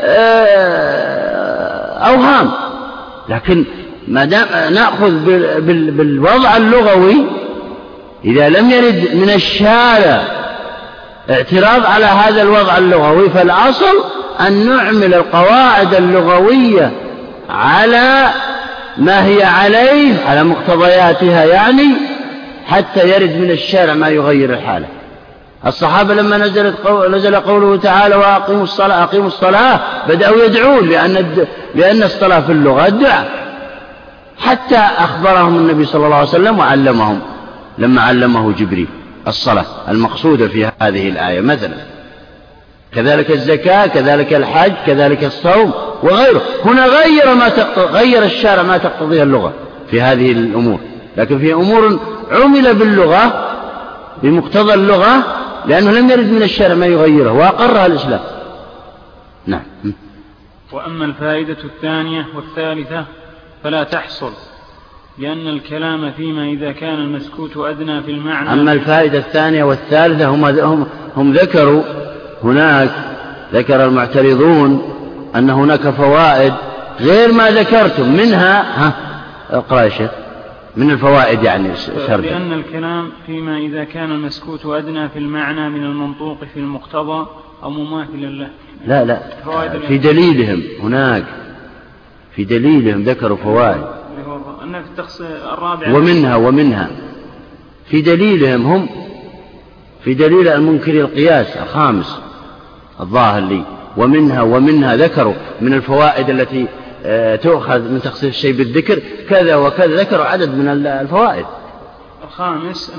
أوهام. لكن ما دام نأخذ بالوضع اللغوي، إذا لم يرد من الشارع اعتراض على هذا الوضع اللغوي، فالأصل أن نعمل القواعد اللغوية على ما هي عليه، على مقتضياتها يعني، حتى يرد من الشارع ما يغير الحالة. الصحابة لما نزل قوله تعالى وأقيموا الصلاة بدأوا يدعون، لأن الصلاة في اللغة الدعاء، حتى أخبرهم النبي صلى الله عليه وسلم وعلمهم لما علمه جبريل الصلاة المقصودة في هذه الآية مثلا. كذلك الزكاة، كذلك الحج، كذلك الصوم وغيره. هنا غير الشارع ما تقتضيها اللغة في هذه الأمور، لكن في أمور عمل باللغة بمقتضى اللغة، لأنه لم يرد من الشارع ما يغيره وأقرها الإسلام. نعم. وأما الفائدة الثانية والثالثة فلا تحصل، لأن الكلام فيما إذا كان المسكوت أدنى في المعنى. أما الفائدة الثانية والثالثة هم ذكروا هناك، ذكر المعترضون أن هناك فوائد غير ما ذكرتم، منها اقرأ يا شيخ من الفوائد يعني سردا. لأن الكلام فيما إذا كان المسكوت أدنى في المعنى من المنطوق في المقتضى أو مماثلا له. لا في دليلهم هناك، في دليلهم ذكروا فوائد. أن في الرابع ومنها في دليلهم هم، في دليل المنكر القياس الخامس الظاهر لي، ومنها ذكروا من الفوائد التي تؤخذ من تخصيص الشيء بالذكر كذا وكذا، ذكروا عدد من الفوائد. الخامس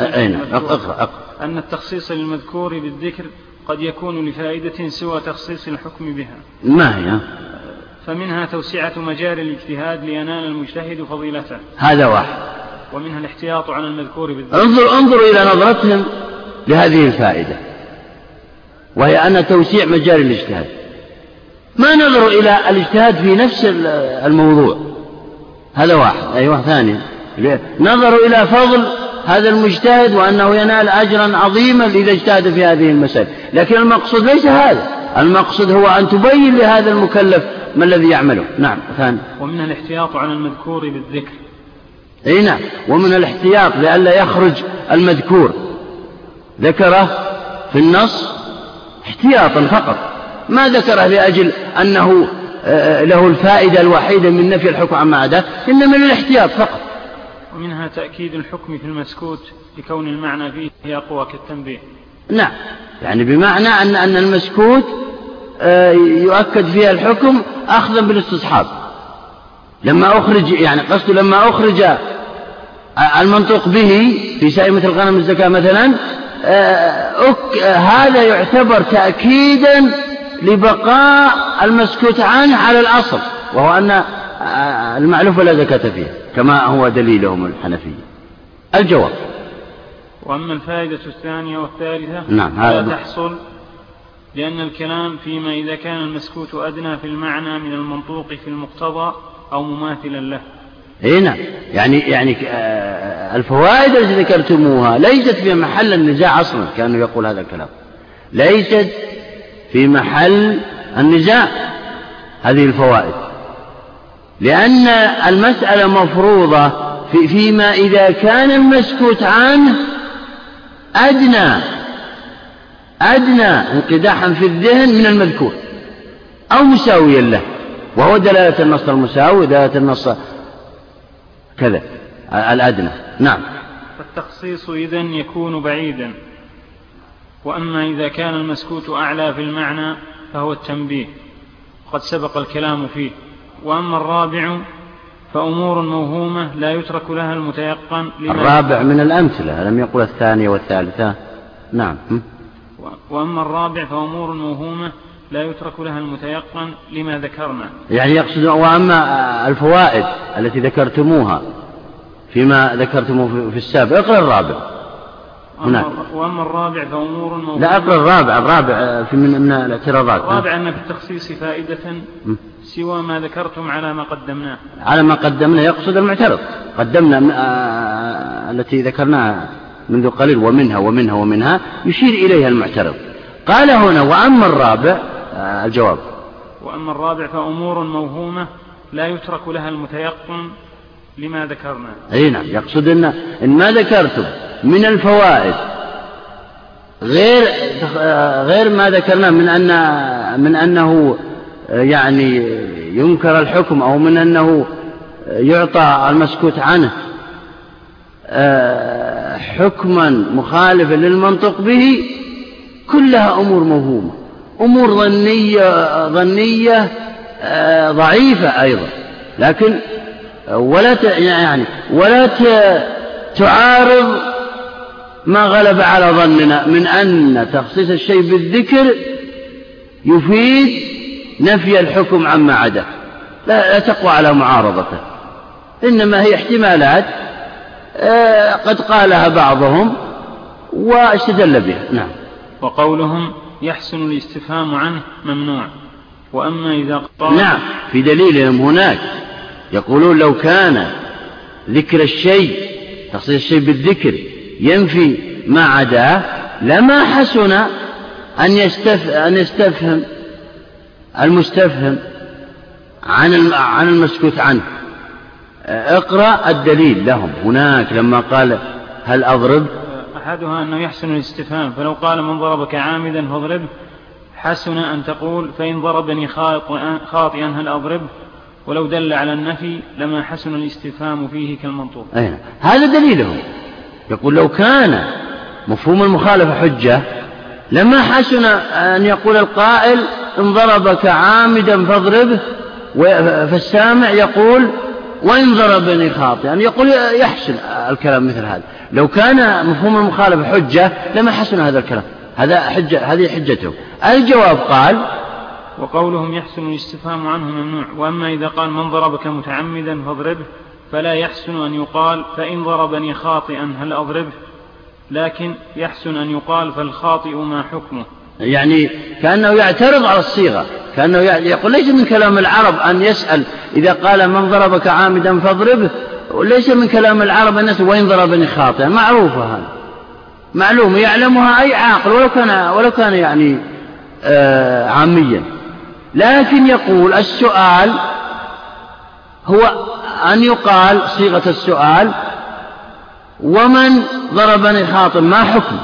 أن التخصيص للمذكور بالذكر قد يكون لفائدة سوى تخصيص الحكم بها. ما هي؟ فمنها توسعة مجال الاجتهاد لينال المجتهد فضيلته، هذا واحد. ومنها الاحتياط على المذكور بالذكر. انظروا إلى نظرتهم لهذه الفائدة، وهي أن توسيع مجال الاجتهاد، ما نظروا إلى الاجتهاد في نفس الموضوع، هذا واحد. أيوة ثاني، نظروا إلى فضل هذا المجتهد وأنه ينال أجرا عظيما إذا اجتهد في هذه المسائل، لكن المقصود ليس هذا، المقصود هو أن تبين لهذا المكلف ما الذي يعمله. نعم ثاني. ومن الاحتياط على المذكور بالذكر. أي نعم، ومن الاحتياط لئلا يخرج المذكور ذكره في النص احتياطا فقط، ما ذكره لأجل أنه له الفائدة الوحيدة من نفي الحكم عما عداه، إنما للاحتياط فقط. ومنها تأكيد الحكم في المسكوت لكون المعنى فيه أقوى كالتنبيه. نعم، يعني بمعنى أن المسكوت يؤكد فيها الحكم أخذا بالاستصحاب. لما أخرج المنطوق به في سائمة الغنم الزكاة مثلا، هذا يعتبر تأكيدا لبقاء المسكوت عنه على الأصل، وهو أن المعلوف لا زكاة فيه، كما هو دليلهم الحنفية. الجواب. وأما الفائدة الثانية والثالثة لا تحصل، لأن الكلام فيما إذا كان المسكوت أدنى في المعنى من المنطوق في المقتضى أو مماثلا له. هنا يعني الفوائد التي ذكرتموها ليست في محل النزاع أصلا، كانوا يقول هذا الكلام، ليست في محل النزاع هذه الفوائد، لأن المسألة مفروضة فيما إذا كان المسكوت عنه أدنى انقداحا في الذهن من المذكور أو مساويا له، وهو دلالة النص المساوي، دلالة النص كذا الأدنى. نعم. فالتخصيص إذن يكون بعيدا. وأما إذا كان المسكوت أعلى في المعنى فهو التنبيه، قد سبق الكلام فيه. وأما الرابع فأمور موهومة لا يترك لها المتيقن. الرابع من الأمثلة، لم يقل الثانية والثالثة. نعم. وأما الرابع فأمور موهومة لا يترك لها المتيقن لما ذكرنا، يعني يقصد وأما الفوائد التي ذكرتموها فيما ذكرتموه في السابق. اقرأ الرابع. وأما الرابع فأمور موهومة. لا، اقرأ الرابع في من الاعتراضات. الرابع أن في التخصيص فائدة سوى ما ذكرتم على ما قدمناه. على ما قدمنا يقصد المعترض. قدمنا التي ذكرناها منذ قليل ومنها ومنها ومنها يشير إليها المعترض. قال هنا وأما الرابع الجواب. وأما الرابع فأمور موهومة لا يترك لها المتيقن لما ذكرنا. أي نعم، يقصد إن ما ذكرتم من الفوائد غير ما ذكرنا من أنه يعني ينكر الحكم أو من أنه يعطى المسكوت عنه حكما مخالفا للمنطق به، كلها أمور موهومة، أمور ظنية ضعيفة أيضا، لكن ولا تعارض ما غلب على ظننا من أن تخصيص الشيء بالذكر يفيد نفي الحكم عما عداه، لا تقوى على معارضته، إنما هي احتمالات قد قالها بعضهم واستدل بها. نعم. وقولهم يحسن الاستفهام عنه ممنوع. وأما إذا قال نعم، في دليلهم هناك يقولون لو كان ذكر الشيء تخصيص الشيء بالذكر ينفي ما عداه لما حسن أن يستفهم المستفهم عن المسكوت عنه. اقرأ الدليل لهم هناك لما قال هل أضرب. أحدها أنه يحسن الاستفهام، فلو قال من ضربك عامدا فاضربه حسن أن تقول فإن ضربني خاطئا هل أضربه، ولو دل على النفي لما حسن الاستفهام فيه كالمنطوق. هذا دليلهم، يقول لو كان مفهوم المخالفة حجة لما حسن أن يقول القائل إن ضربك عامدا فاضربه، فالسامع يقول وإن ضربني خاطئا، يقول يحسن الكلام مثل هذا. لو كان مفهوم المخالفة حجة لما حسن هذا الكلام، هذه حجته. الجواب قال وقولهم يحسن الاستفهام عنه ممنوع. وأما إذا قال من ضربك متعمدا فاضربه فلا يحسن أن يقال فإن ضربني خاطئا هل أضربه، لكن يحسن أن يقال فالخاطئ ما حكمه. يعني كأنه يعترض على الصيغة، كأنه يقول ليس من كلام العرب أن يسأل إذا قال من ضربك عامدا فاضربه، وليس من كلام العرب أن يسأل وإن ضربني خاطئا. معروفة هذا، معلومة يعلمها أي عاقل ولو كان يعني عاميا. لكن يقول السؤال هو أن يقال صيغة السؤال ومن ضربني خاطئا ما حكم.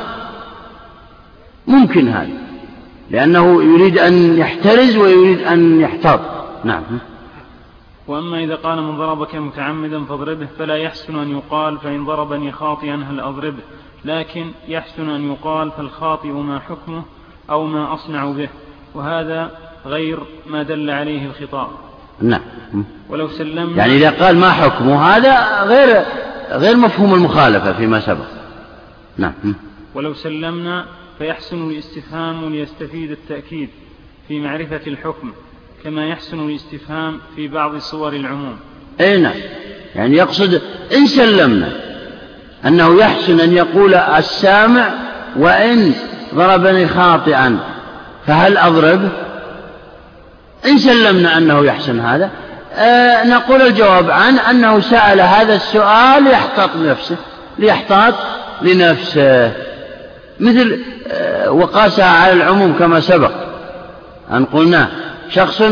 ممكن هذا، لأنه يريد أن يحترز ويريد أن يحتاط. نعم. وأما إذا قال من ضربك متعمدا فاضربه فلا يحسن أن يقال فإن ضربني خاطئا هل أضربه، لكن يحسن أن يقال فالخاطئ ما حكمه أو ما أصنع به، وهذا غير ما دل عليه الخطاب. نعم. ولو سلمنا يعني إذا قال ما حكمه هذا غير مفهوم المخالفة فيما سبق. نعم. ولو سلمنا فيحسن الاستفهام ليستفيد التأكيد في معرفة الحكم كما يحسن الاستفهام في بعض صور العموم. نعم، يعني يقصد إن سلمنا أنه يحسن أن يقول السامع وإن ضربني خاطئا فهل أضرب، إن سلمنا أنه يحسن هذا نقول الجواب عنه أنه سأل هذا السؤال ليحتاط لنفسه مثل وقاسها على العموم كما سبق أن قلنا. شخص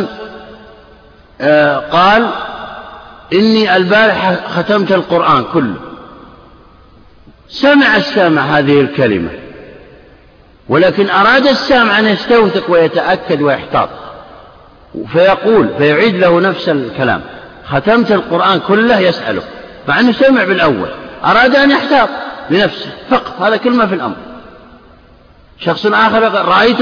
قال إني البارحة ختمت القرآن كله، سمع السامع هذه الكلمة ولكن أراد السامع أن يستوثق ويتأكد ويحتاط، فيعيد له نفس الكلام ختمت القرآن كله يسأله، مع أنه سمع بالأول، أراد أن يحتاط لنفسه فقط، هذا كل ما في الأمر. شخص آخر رأيت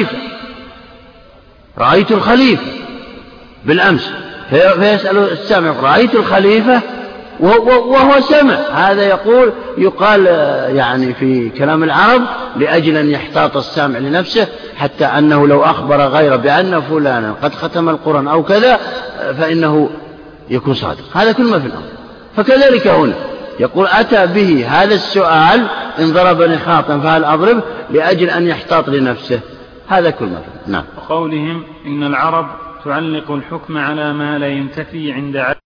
الخليفة بالأمس، فيسأل السامع رأيت الخليفة وهو سمع، هذا يقال يعني في كلام العرب لأجل أن يحتاط السامع لنفسه، حتى أنه لو أخبر غيره بأن فلانا قد ختم القرآن أو كذا فإنه يكون صادق، هذا كل ما في الأمر. فكذلك هنا يقول أتى به هذا السؤال إن ضربني خاطئا فهل أضرب لأجل أن يحتاط لنفسه، هذا كل ما في. نعم. وقولهم إن العرب تعلق الحكم على ما لا ينتفي عند